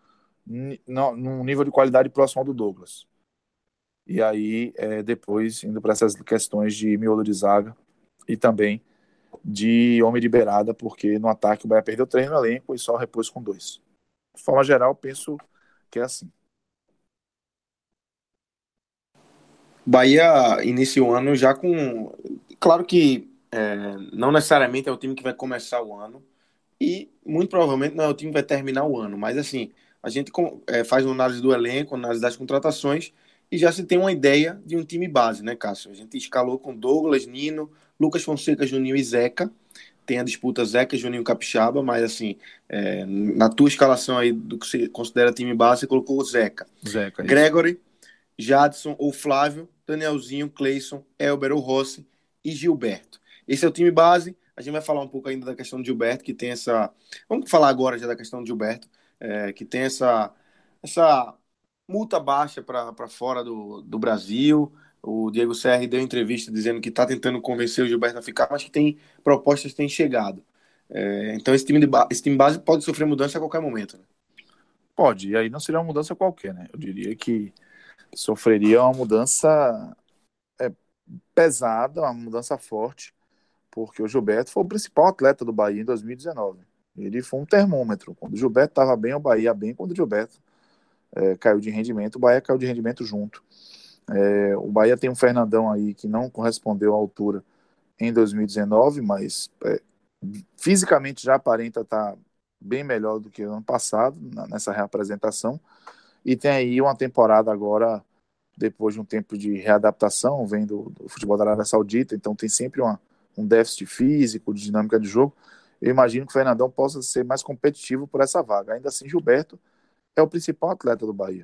num nível de qualidade próximo ao do Douglas. E aí, é, depois, indo para essas questões de miolo de zaga e também de homem de beirada, porque no ataque o Bahia perdeu três no elenco e só repôs com dois. De forma geral, penso que é assim. Bahia inicia o ano já com... Claro que é, não necessariamente é o time que vai começar o ano e muito provavelmente não é o time que vai terminar o ano, mas assim, a gente é, faz uma análise do elenco, análise das contratações e já se tem uma ideia de um time base, né, Cássio? A gente escalou com Douglas, Nino, Lucas Fonseca, Juninho e Zeca. Tem a disputa Zeca, Juninho, Capixaba, mas assim, é, na tua escalação aí do que você considera time base, você colocou o Zeca. Zeca, Gregory, Jadson ou Flávio, Danielzinho, Cleison, Elber ou Rossi e Gilberto. Esse é o time base. A gente vai falar um pouco ainda da questão de Gilberto, que tem essa... Vamos falar agora já da questão de Gilberto, é, que tem essa, essa multa baixa para fora do, do Brasil. O Diego Serri deu entrevista dizendo que está tentando convencer o Gilberto a ficar, mas que tem propostas que têm chegado. É, então esse time, de ba... esse time base pode sofrer mudança a qualquer momento, né? Pode, e aí não seria uma mudança qualquer, né? Eu diria que sofreria uma mudança é, pesada, uma mudança forte, porque o Gilberto foi o principal atleta do Bahia em dois mil e dezenove. Ele foi um termômetro. Quando o Gilberto estava bem, o Bahia bem. Quando o Gilberto é, caiu de rendimento, o Bahia caiu de rendimento junto. É, o Bahia tem um Fernandão aí que não correspondeu à altura em dois mil e dezenove, mas é, fisicamente já aparenta estar bem melhor do que o ano passado, na, nessa reapresentação. E tem aí uma temporada agora, depois de um tempo de readaptação, vem do, do futebol da Arábia Saudita, então tem sempre uma, um déficit físico, de dinâmica de jogo. Eu imagino que o Fernandão possa ser mais competitivo por essa vaga. Ainda assim, Gilberto é o principal atleta do Bahia.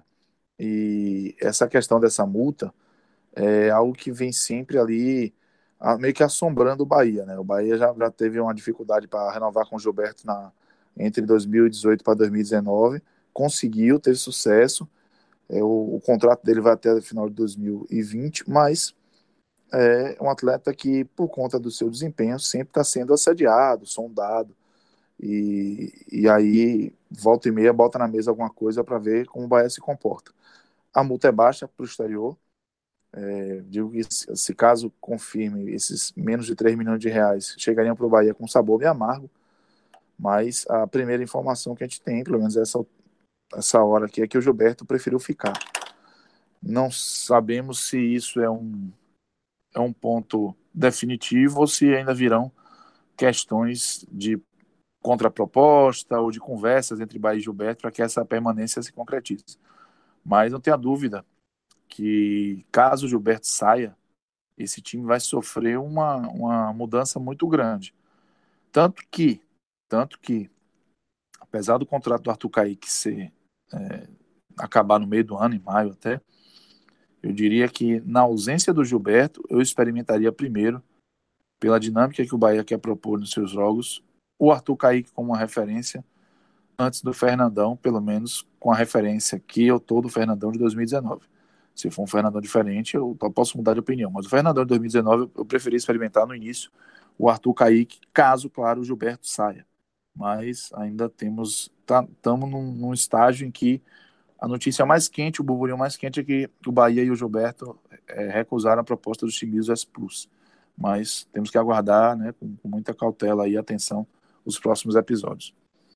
E essa questão dessa multa é algo que vem sempre ali meio que assombrando o Bahia, né? O Bahia já, já teve uma dificuldade para renovar com o Gilberto na, entre dois mil e dezoito para dois mil e dezenove, conseguiu, teve sucesso, é, o, o contrato dele vai até o final de dois mil e vinte, mas é um atleta que, por conta do seu desempenho, sempre está sendo assediado, sondado, e, e aí volta e meia bota na mesa alguma coisa para ver como o Bahia se comporta. A multa é baixa para o exterior. É, digo que se, se caso confirme esses menos de três milhões de reais chegariam para o Bahia com sabor bem amargo, mas a primeira informação que a gente tem, pelo menos essa, essa hora aqui, é que o Gilberto preferiu ficar. Não sabemos se isso é um, é um ponto definitivo ou se ainda virão questões de contraproposta ou de conversas entre Bahia e Gilberto para que essa permanência se concretize. Mas não tenha dúvida que, caso o Gilberto saia, esse time vai sofrer uma, uma mudança muito grande. Tanto que, tanto que, apesar do contrato do Arthur Kaique ser, é, acabar no meio do ano, em maio até, eu diria que, na ausência do Gilberto, eu experimentaria primeiro, pela dinâmica que o Bahia quer propor nos seus jogos, o Arthur Kaique como uma referência, antes do Fernandão, pelo menos com a referência que eu tô do Fernandão de dois mil e dezenove. Se for um Fernandão diferente, eu posso mudar de opinião. Mas o Fernandão de dois mil e dezenove, eu preferi experimentar no início o Arthur Kaique, caso, claro, o Gilberto saia. Mas ainda temos, estamos tá, num, num estágio em que a notícia mais quente, o burburinho mais quente é que o Bahia e o Gilberto é, recusaram a proposta do Chimizo S Plus. Mas temos que aguardar, né, com, com muita cautela e atenção os próximos episódios.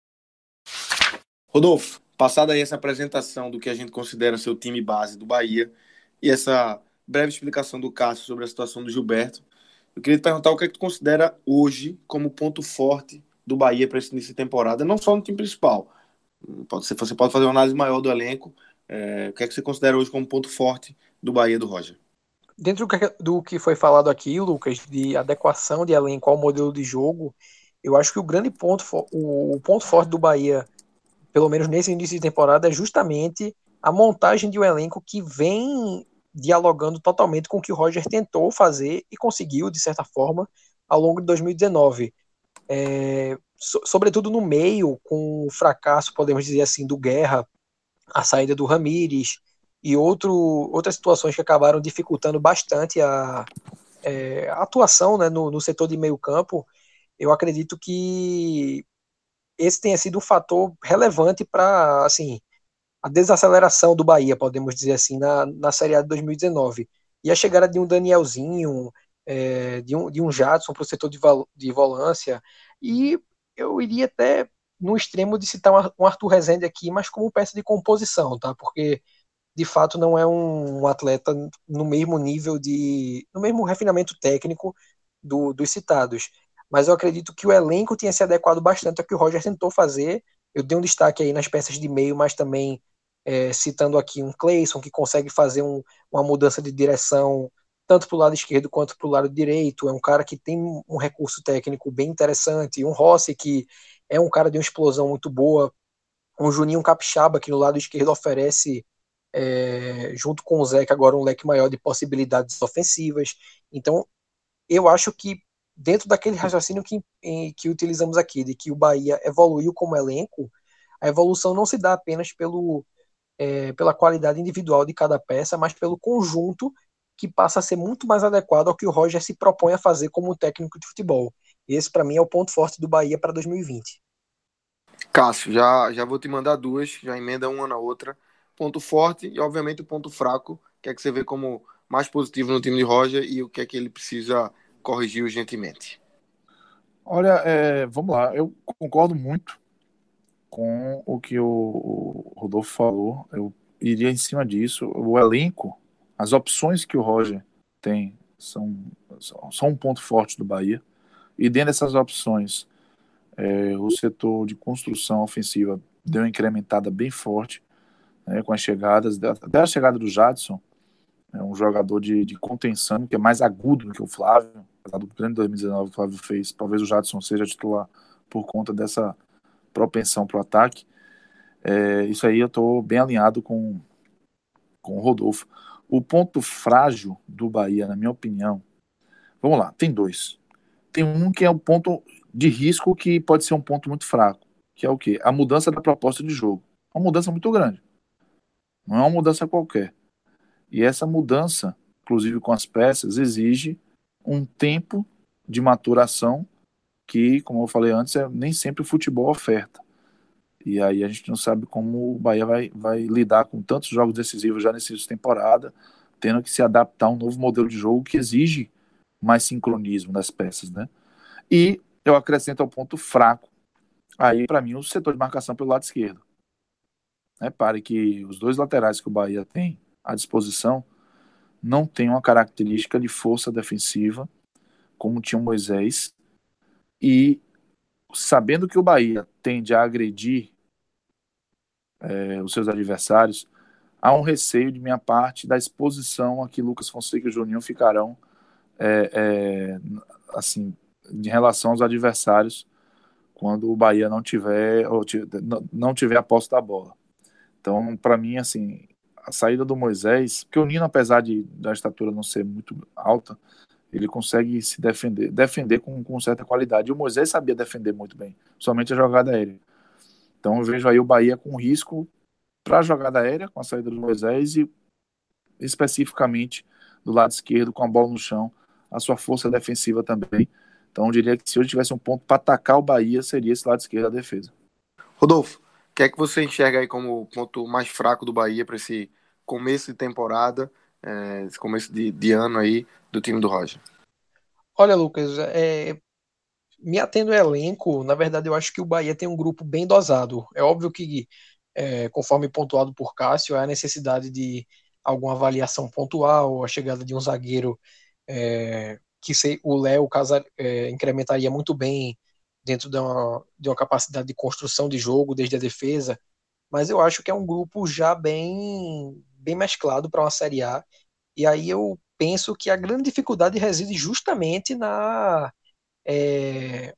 Rodolfo, passada aí essa apresentação do que a gente considera ser o time base do Bahia e essa breve explicação do Cássio sobre a situação do Gilberto, eu queria te perguntar o que é que tu considera hoje como ponto forte do Bahia para esse início de temporada, não só no time principal. Pode ser, você pode fazer uma análise maior do elenco. É, o que é que você considera hoje como ponto forte do Bahia do Roger? Dentro do que, do que foi falado aqui, Lucas, de adequação de elenco ao modelo de jogo, eu acho que o grande ponto, o, o ponto forte do Bahia, pelo menos nesse início de temporada, é justamente a montagem de um elenco que vem dialogando totalmente com o que o Roger tentou fazer e conseguiu, de certa forma, ao longo de dois mil e dezenove. É, so, sobretudo no meio, com o fracasso, podemos dizer assim, do Guerra, a saída do Ramires e outro, outras situações que acabaram dificultando bastante a, é, a atuação, né, no, no setor de meio campo. Eu acredito que esse tenha sido um fator relevante para, assim, a desaceleração do Bahia, podemos dizer assim, na, na Série A de dois mil e dezenove. E a chegada de um Danielzinho, é, de, um, de um Jadson para o setor de, val, de volância, e eu iria até no extremo de citar um Arthur Rezende aqui, mas como peça de composição, tá? Porque de fato não é um, um atleta no mesmo nível de, no mesmo refinamento técnico do, dos citados. Mas eu acredito que o elenco tinha se adequado bastante ao que o Roger tentou fazer. Eu dei um destaque aí nas peças de meio, mas também é, citando aqui um Cleison, que consegue fazer um, uma mudança de direção tanto para o lado esquerdo quanto para o lado direito. É um cara que tem um recurso técnico bem interessante. Um Rossi, que é um cara de uma explosão muito boa. Um Juninho Capixaba, que no lado esquerdo oferece, é, junto com o Zeca, agora um leque maior de possibilidades ofensivas. Então, eu acho que dentro daquele raciocínio que, em, que utilizamos aqui, de que o Bahia evoluiu como elenco, a evolução não se dá apenas pelo, é, pela qualidade individual de cada peça, mas pelo conjunto que passa a ser muito mais adequado ao que o Roger se propõe a fazer como técnico de futebol. Esse, para mim, é o ponto forte do Bahia para dois mil e vinte. Cássio, já, já vou te mandar duas, já emenda uma na outra. Ponto forte e, obviamente, o ponto fraco. O que é que você vê como mais positivo no time de Roger e o que é que ele precisa corrigir urgentemente? Olha, é, vamos lá, eu concordo muito com o que o, o Rodolfo falou. Eu iria em cima disso. O elenco, as opções que o Roger tem são, são um ponto forte do Bahia. E dentro dessas opções, é, o setor de construção ofensiva deu uma incrementada bem forte, né, com as chegadas, até a chegada do Jadson, é um jogador de, de contenção, que é mais agudo do que o Flávio. Do plano de dois mil e dezenove que o Flávio fez, talvez o Jadson seja titular por conta dessa propensão para o ataque. É, isso aí eu estou bem alinhado com, com o Rodolfo. O ponto frágil do Bahia, na minha opinião, vamos lá, tem dois. Tem um que é um ponto de risco que pode ser um ponto muito fraco, que é o quê? A mudança da proposta de jogo. Uma mudança muito grande. Não é uma mudança qualquer. E essa mudança, inclusive com as peças, exige um tempo de maturação que, como eu falei antes, é, nem sempre o futebol oferta. E aí a gente não sabe como o Bahia vai, vai lidar com tantos jogos decisivos já nessa temporada, tendo que se adaptar a um novo modelo de jogo que exige mais sincronismo das peças, né? E eu acrescento ao ponto fraco, aí para mim, o setor de marcação pelo lado esquerdo. Repare que os dois laterais que o Bahia tem à disposição não tem uma característica de força defensiva como tinha o Moisés, e sabendo que o Bahia tende a agredir é, os seus adversários, há um receio de minha parte da exposição a que Lucas Fonseca e Juninho ficarão é, é, assim, em relação aos adversários quando o Bahia não tiver ou não tiver a posse da bola. Então, para mim, assim, a saída do Moisés, porque o Nino, apesar de da estatura não ser muito alta, ele consegue se defender, defender com, com certa qualidade. E o Moisés sabia defender muito bem, somente a jogada aérea. Então eu vejo aí o Bahia com risco para a jogada aérea, com a saída do Moisés, e especificamente do lado esquerdo, com a bola no chão, a sua força defensiva também. Então eu diria que se hoje tivesse um ponto para atacar o Bahia, seria esse lado esquerdo da defesa. Rodolfo, o que é que você enxerga aí como o ponto mais fraco do Bahia para esse começo de temporada, é, esse começo de, de ano aí do time do Roger? Olha, Lucas, é, me atendo ao elenco, na verdade eu acho que o Bahia tem um grupo bem dosado. É óbvio que, é, conforme pontuado por Cássio, há a necessidade de alguma avaliação pontual, a chegada de um zagueiro, é, que sei, o Léo casa, é, incrementaria muito bem dentro de uma, de uma capacidade de construção de jogo desde a defesa, mas eu acho que é um grupo já bem, bem mesclado para uma Série A, e aí eu penso que a grande dificuldade reside justamente na, é,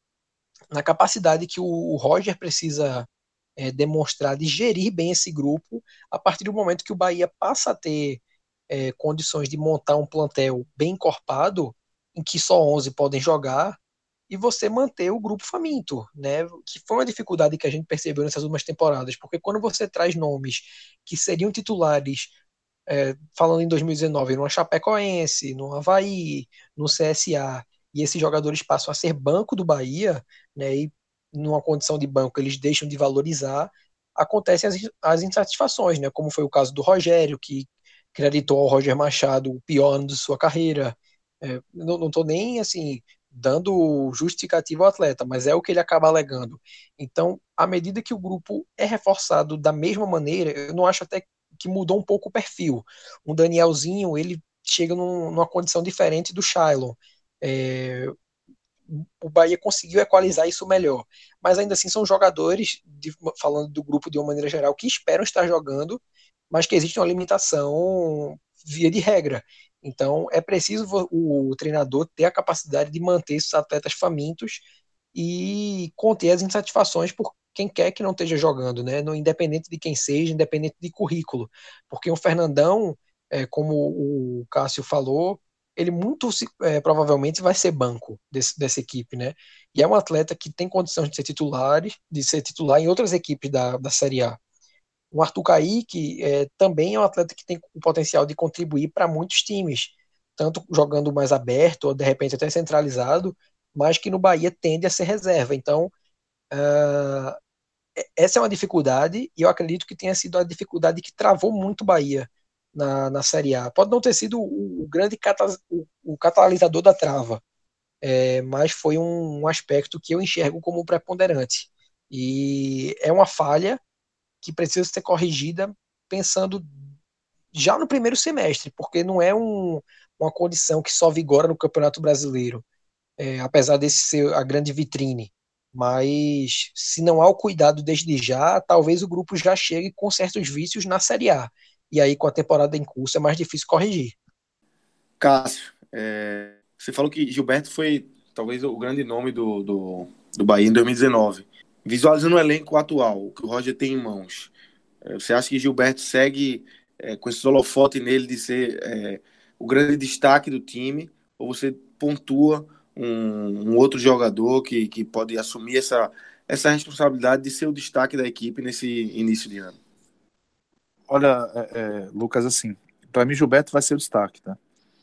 na capacidade que o Roger precisa, é, demonstrar de gerir bem esse grupo a partir do momento que o Bahia passa a ter, é, condições de montar um plantel bem encorpado, em que só onze podem jogar, e você manter o grupo faminto, né? Que foi uma dificuldade que a gente percebeu nessas últimas temporadas, porque quando você traz nomes que seriam titulares, é, falando em dois mil e dezenove, no Chapecoense, no Avaí, no C S A, e esses jogadores passam a ser banco do Bahia, né, e numa condição de banco eles deixam de valorizar, acontecem as, as insatisfações, né? Como foi o caso do Rogério, que creditou ao Roger Machado o pior ano de sua carreira. É, não estou nem assim dando justificativo ao atleta, mas é o que ele acaba alegando. Então, à medida que o grupo é reforçado da mesma maneira, eu não acho até que mudou um pouco o perfil. O Danielzinho, ele chega num, numa condição diferente do Shailon. É, o Bahia conseguiu equalizar isso melhor. Mas ainda assim são jogadores, de, falando do grupo de uma maneira geral, que esperam estar jogando, mas que existe uma limitação via de regra. Então é preciso o, o treinador ter a capacidade de manter esses atletas famintos e conter as insatisfações por quem quer que não esteja jogando, né? No, independente de quem seja, independente de currículo. Porque o Fernandão, é, como o Cássio falou, ele muito é, provavelmente vai ser banco desse, dessa equipe, né? E é um atleta que tem condições de ser titular, de ser titular em outras equipes da, da Série A. O Arthur Caíque é, também é um atleta que tem o potencial de contribuir para muitos times, tanto jogando mais aberto ou de repente até centralizado, mas que no Bahia tende a ser reserva. Então, uh, essa é uma dificuldade e eu acredito que tenha sido a dificuldade que travou muito o Bahia na, na Série A. Pode não ter sido o, o grande cata, o, o catalisador da trava, é, mas foi um, um aspecto que eu enxergo como preponderante. E é uma falha que precisa ser corrigida pensando já no primeiro semestre, porque não é um, uma condição que só vigora no Campeonato Brasileiro, é, apesar desse ser a grande vitrine. Mas se não há o cuidado desde já, talvez o grupo já chegue com certos vícios na Série A. E aí, com a temporada em curso, é mais difícil corrigir. Cássio, é, você falou que Gilberto foi talvez o grande nome do, do, do Bahia em dois mil e dezenove. Visualizando o elenco atual, o que o Roger tem em mãos, é, você acha que Gilberto segue é, com esse holofote nele de ser é, o grande destaque do time, ou você pontua um, um outro jogador que, que pode assumir essa, essa responsabilidade de ser o destaque da equipe nesse início de ano? Olha, é, é, Lucas, assim, para mim Gilberto vai ser o destaque, tá?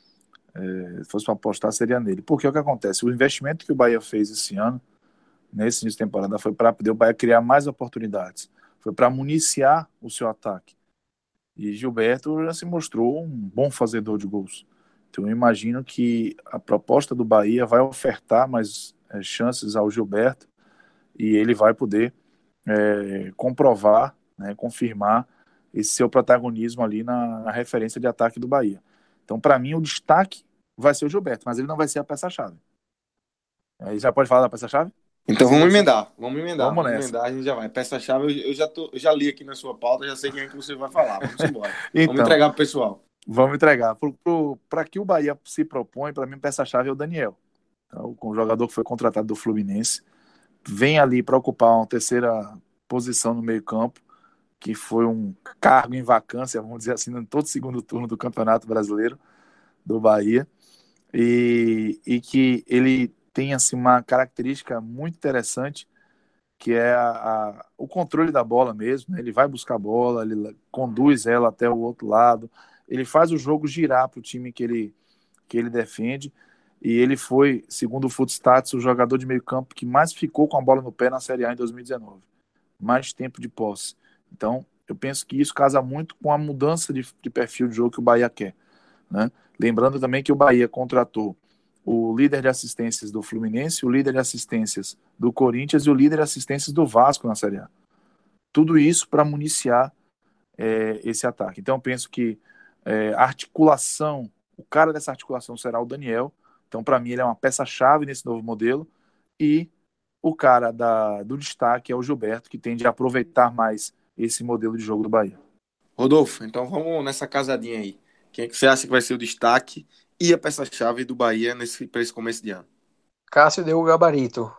É, se fosse para apostar, seria nele. Porque o que acontece? O investimento que o Bahia fez esse ano, nesse início de temporada, foi para poder o Bahia criar mais oportunidades. Foi para municiar o seu ataque. E Gilberto já se mostrou um bom fazedor de gols. Então eu imagino que a proposta do Bahia vai ofertar mais é, chances ao Gilberto e ele vai poder é, comprovar, né, confirmar esse seu protagonismo ali na, na referência de ataque do Bahia. Então, para mim, o destaque vai ser o Gilberto, mas ele não vai ser a peça-chave. Aí já pode falar da peça-chave? Então vamos emendar, vamos emendar, Vamos vamos nessa. emendar, a gente já vai. Peça-chave, eu, eu, já tô, eu já li aqui na sua pauta, já sei quem é que você vai falar, vamos embora. Então, vamos entregar pro pessoal. Vamos entregar. Para que o Bahia se propõe, para mim, peça-chave é o Daniel. Então, com o jogador que foi contratado do Fluminense, vem ali para ocupar uma terceira posição no meio-campo, que foi um cargo em vacância, vamos dizer assim, em todo segundo turno do Campeonato Brasileiro do Bahia, e, e que ele tem assim, uma característica muito interessante, que é a, a, o controle da bola mesmo, né? Ele vai buscar a bola, ele conduz ela até o outro lado, ele faz o jogo girar para o time que ele, que ele defende, e ele foi, segundo o Footstats, o jogador de meio campo que mais ficou com a bola no pé na Série A em dois mil e dezenove. Mais tempo de posse. Então, eu penso que isso casa muito com a mudança de, de perfil de jogo que o Bahia quer, né? Lembrando também que o Bahia contratou o líder de assistências do Fluminense, o líder de assistências do Corinthians e o líder de assistências do Vasco na Série A. Tudo isso para municiar é, esse ataque. Então, eu penso que é, a articulação, o cara dessa articulação será o Daniel. Então, para mim, ele é uma peça-chave nesse novo modelo. E o cara da, do destaque é o Gilberto, que tende a aproveitar mais esse modelo de jogo do Bahia. Rodolfo, então vamos nessa casadinha aí. Quem é que você acha que vai ser o destaque e a peça-chave do Bahia nesse, para esse começo de ano? Cássio deu o gabarito.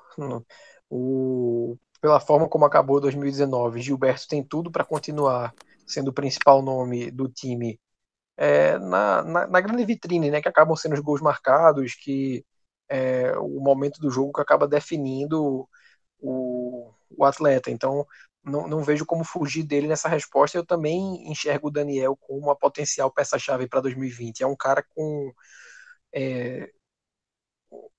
O, pela forma como acabou dois mil e dezenove, Gilberto tem tudo para continuar sendo o principal nome do time é, na, na, na grande vitrine, né, que acabam sendo os gols marcados, que é o momento do jogo que acaba definindo o, o atleta. Então, não, não vejo como fugir dele nessa resposta. Eu também enxergo o Daniel como uma potencial peça-chave para dois mil e vinte. É um cara com... É,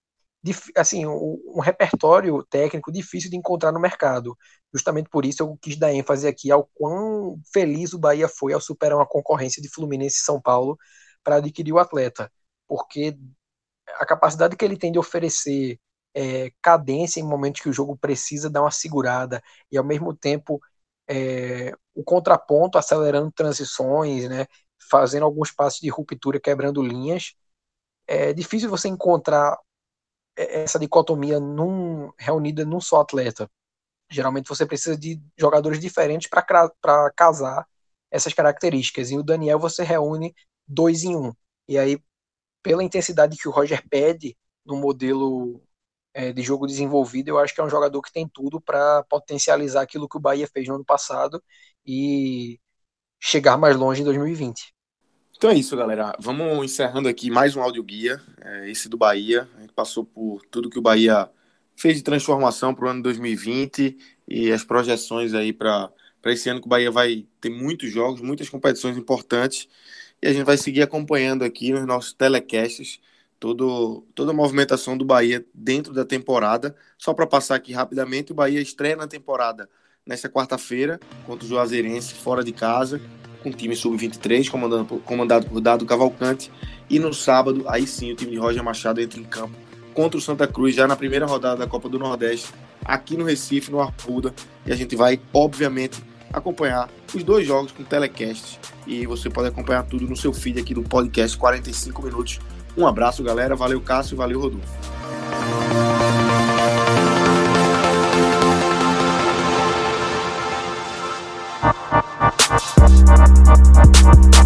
assim, um, um repertório técnico difícil de encontrar no mercado. Justamente por isso eu quis dar ênfase aqui ao quão feliz o Bahia foi ao superar uma concorrência de Fluminense e São Paulo para adquirir o atleta, porque a capacidade que ele tem de oferecer é, cadência em momentos que o jogo precisa dar uma segurada e ao mesmo tempo é, o contraponto acelerando transições, né, fazendo alguns passos de ruptura, quebrando linhas. É difícil você encontrar essa dicotomia num, reunida num só atleta. Geralmente você precisa de jogadores diferentes para casar essas características, e o Daniel você reúne dois em um. E aí, pela intensidade que o Roger pede no modelo é, de jogo desenvolvido, eu acho que é um jogador que tem tudo para potencializar aquilo que o Bahia fez no ano passado e chegar mais longe em dois mil e vinte. Então é isso, galera. Vamos encerrando aqui mais um áudio guia, é, esse do Bahia. A gente passou por tudo que o Bahia fez de transformação para o ano dois mil e vinte e as projeções aí para esse ano, que o Bahia vai ter muitos jogos, muitas competições importantes, e a gente vai seguir acompanhando aqui nos nossos telecasts todo, toda a movimentação do Bahia dentro da temporada. Só para passar aqui rapidamente, o Bahia estreia na temporada nesta quarta-feira contra o Juazeirense, fora de casa, com o time sub vinte e três, comandado por, comandado por Dado Cavalcante. E no sábado, aí sim, o time de Roger Machado entra em campo contra o Santa Cruz, já na primeira rodada da Copa do Nordeste, aqui no Recife, no Arruda. E a gente vai, obviamente, acompanhar os dois jogos com telecast. E você pode acompanhar tudo no seu feed aqui do podcast quarenta e cinco minutos. Um abraço, galera. Valeu, Cássio. Valeu, Rodolfo.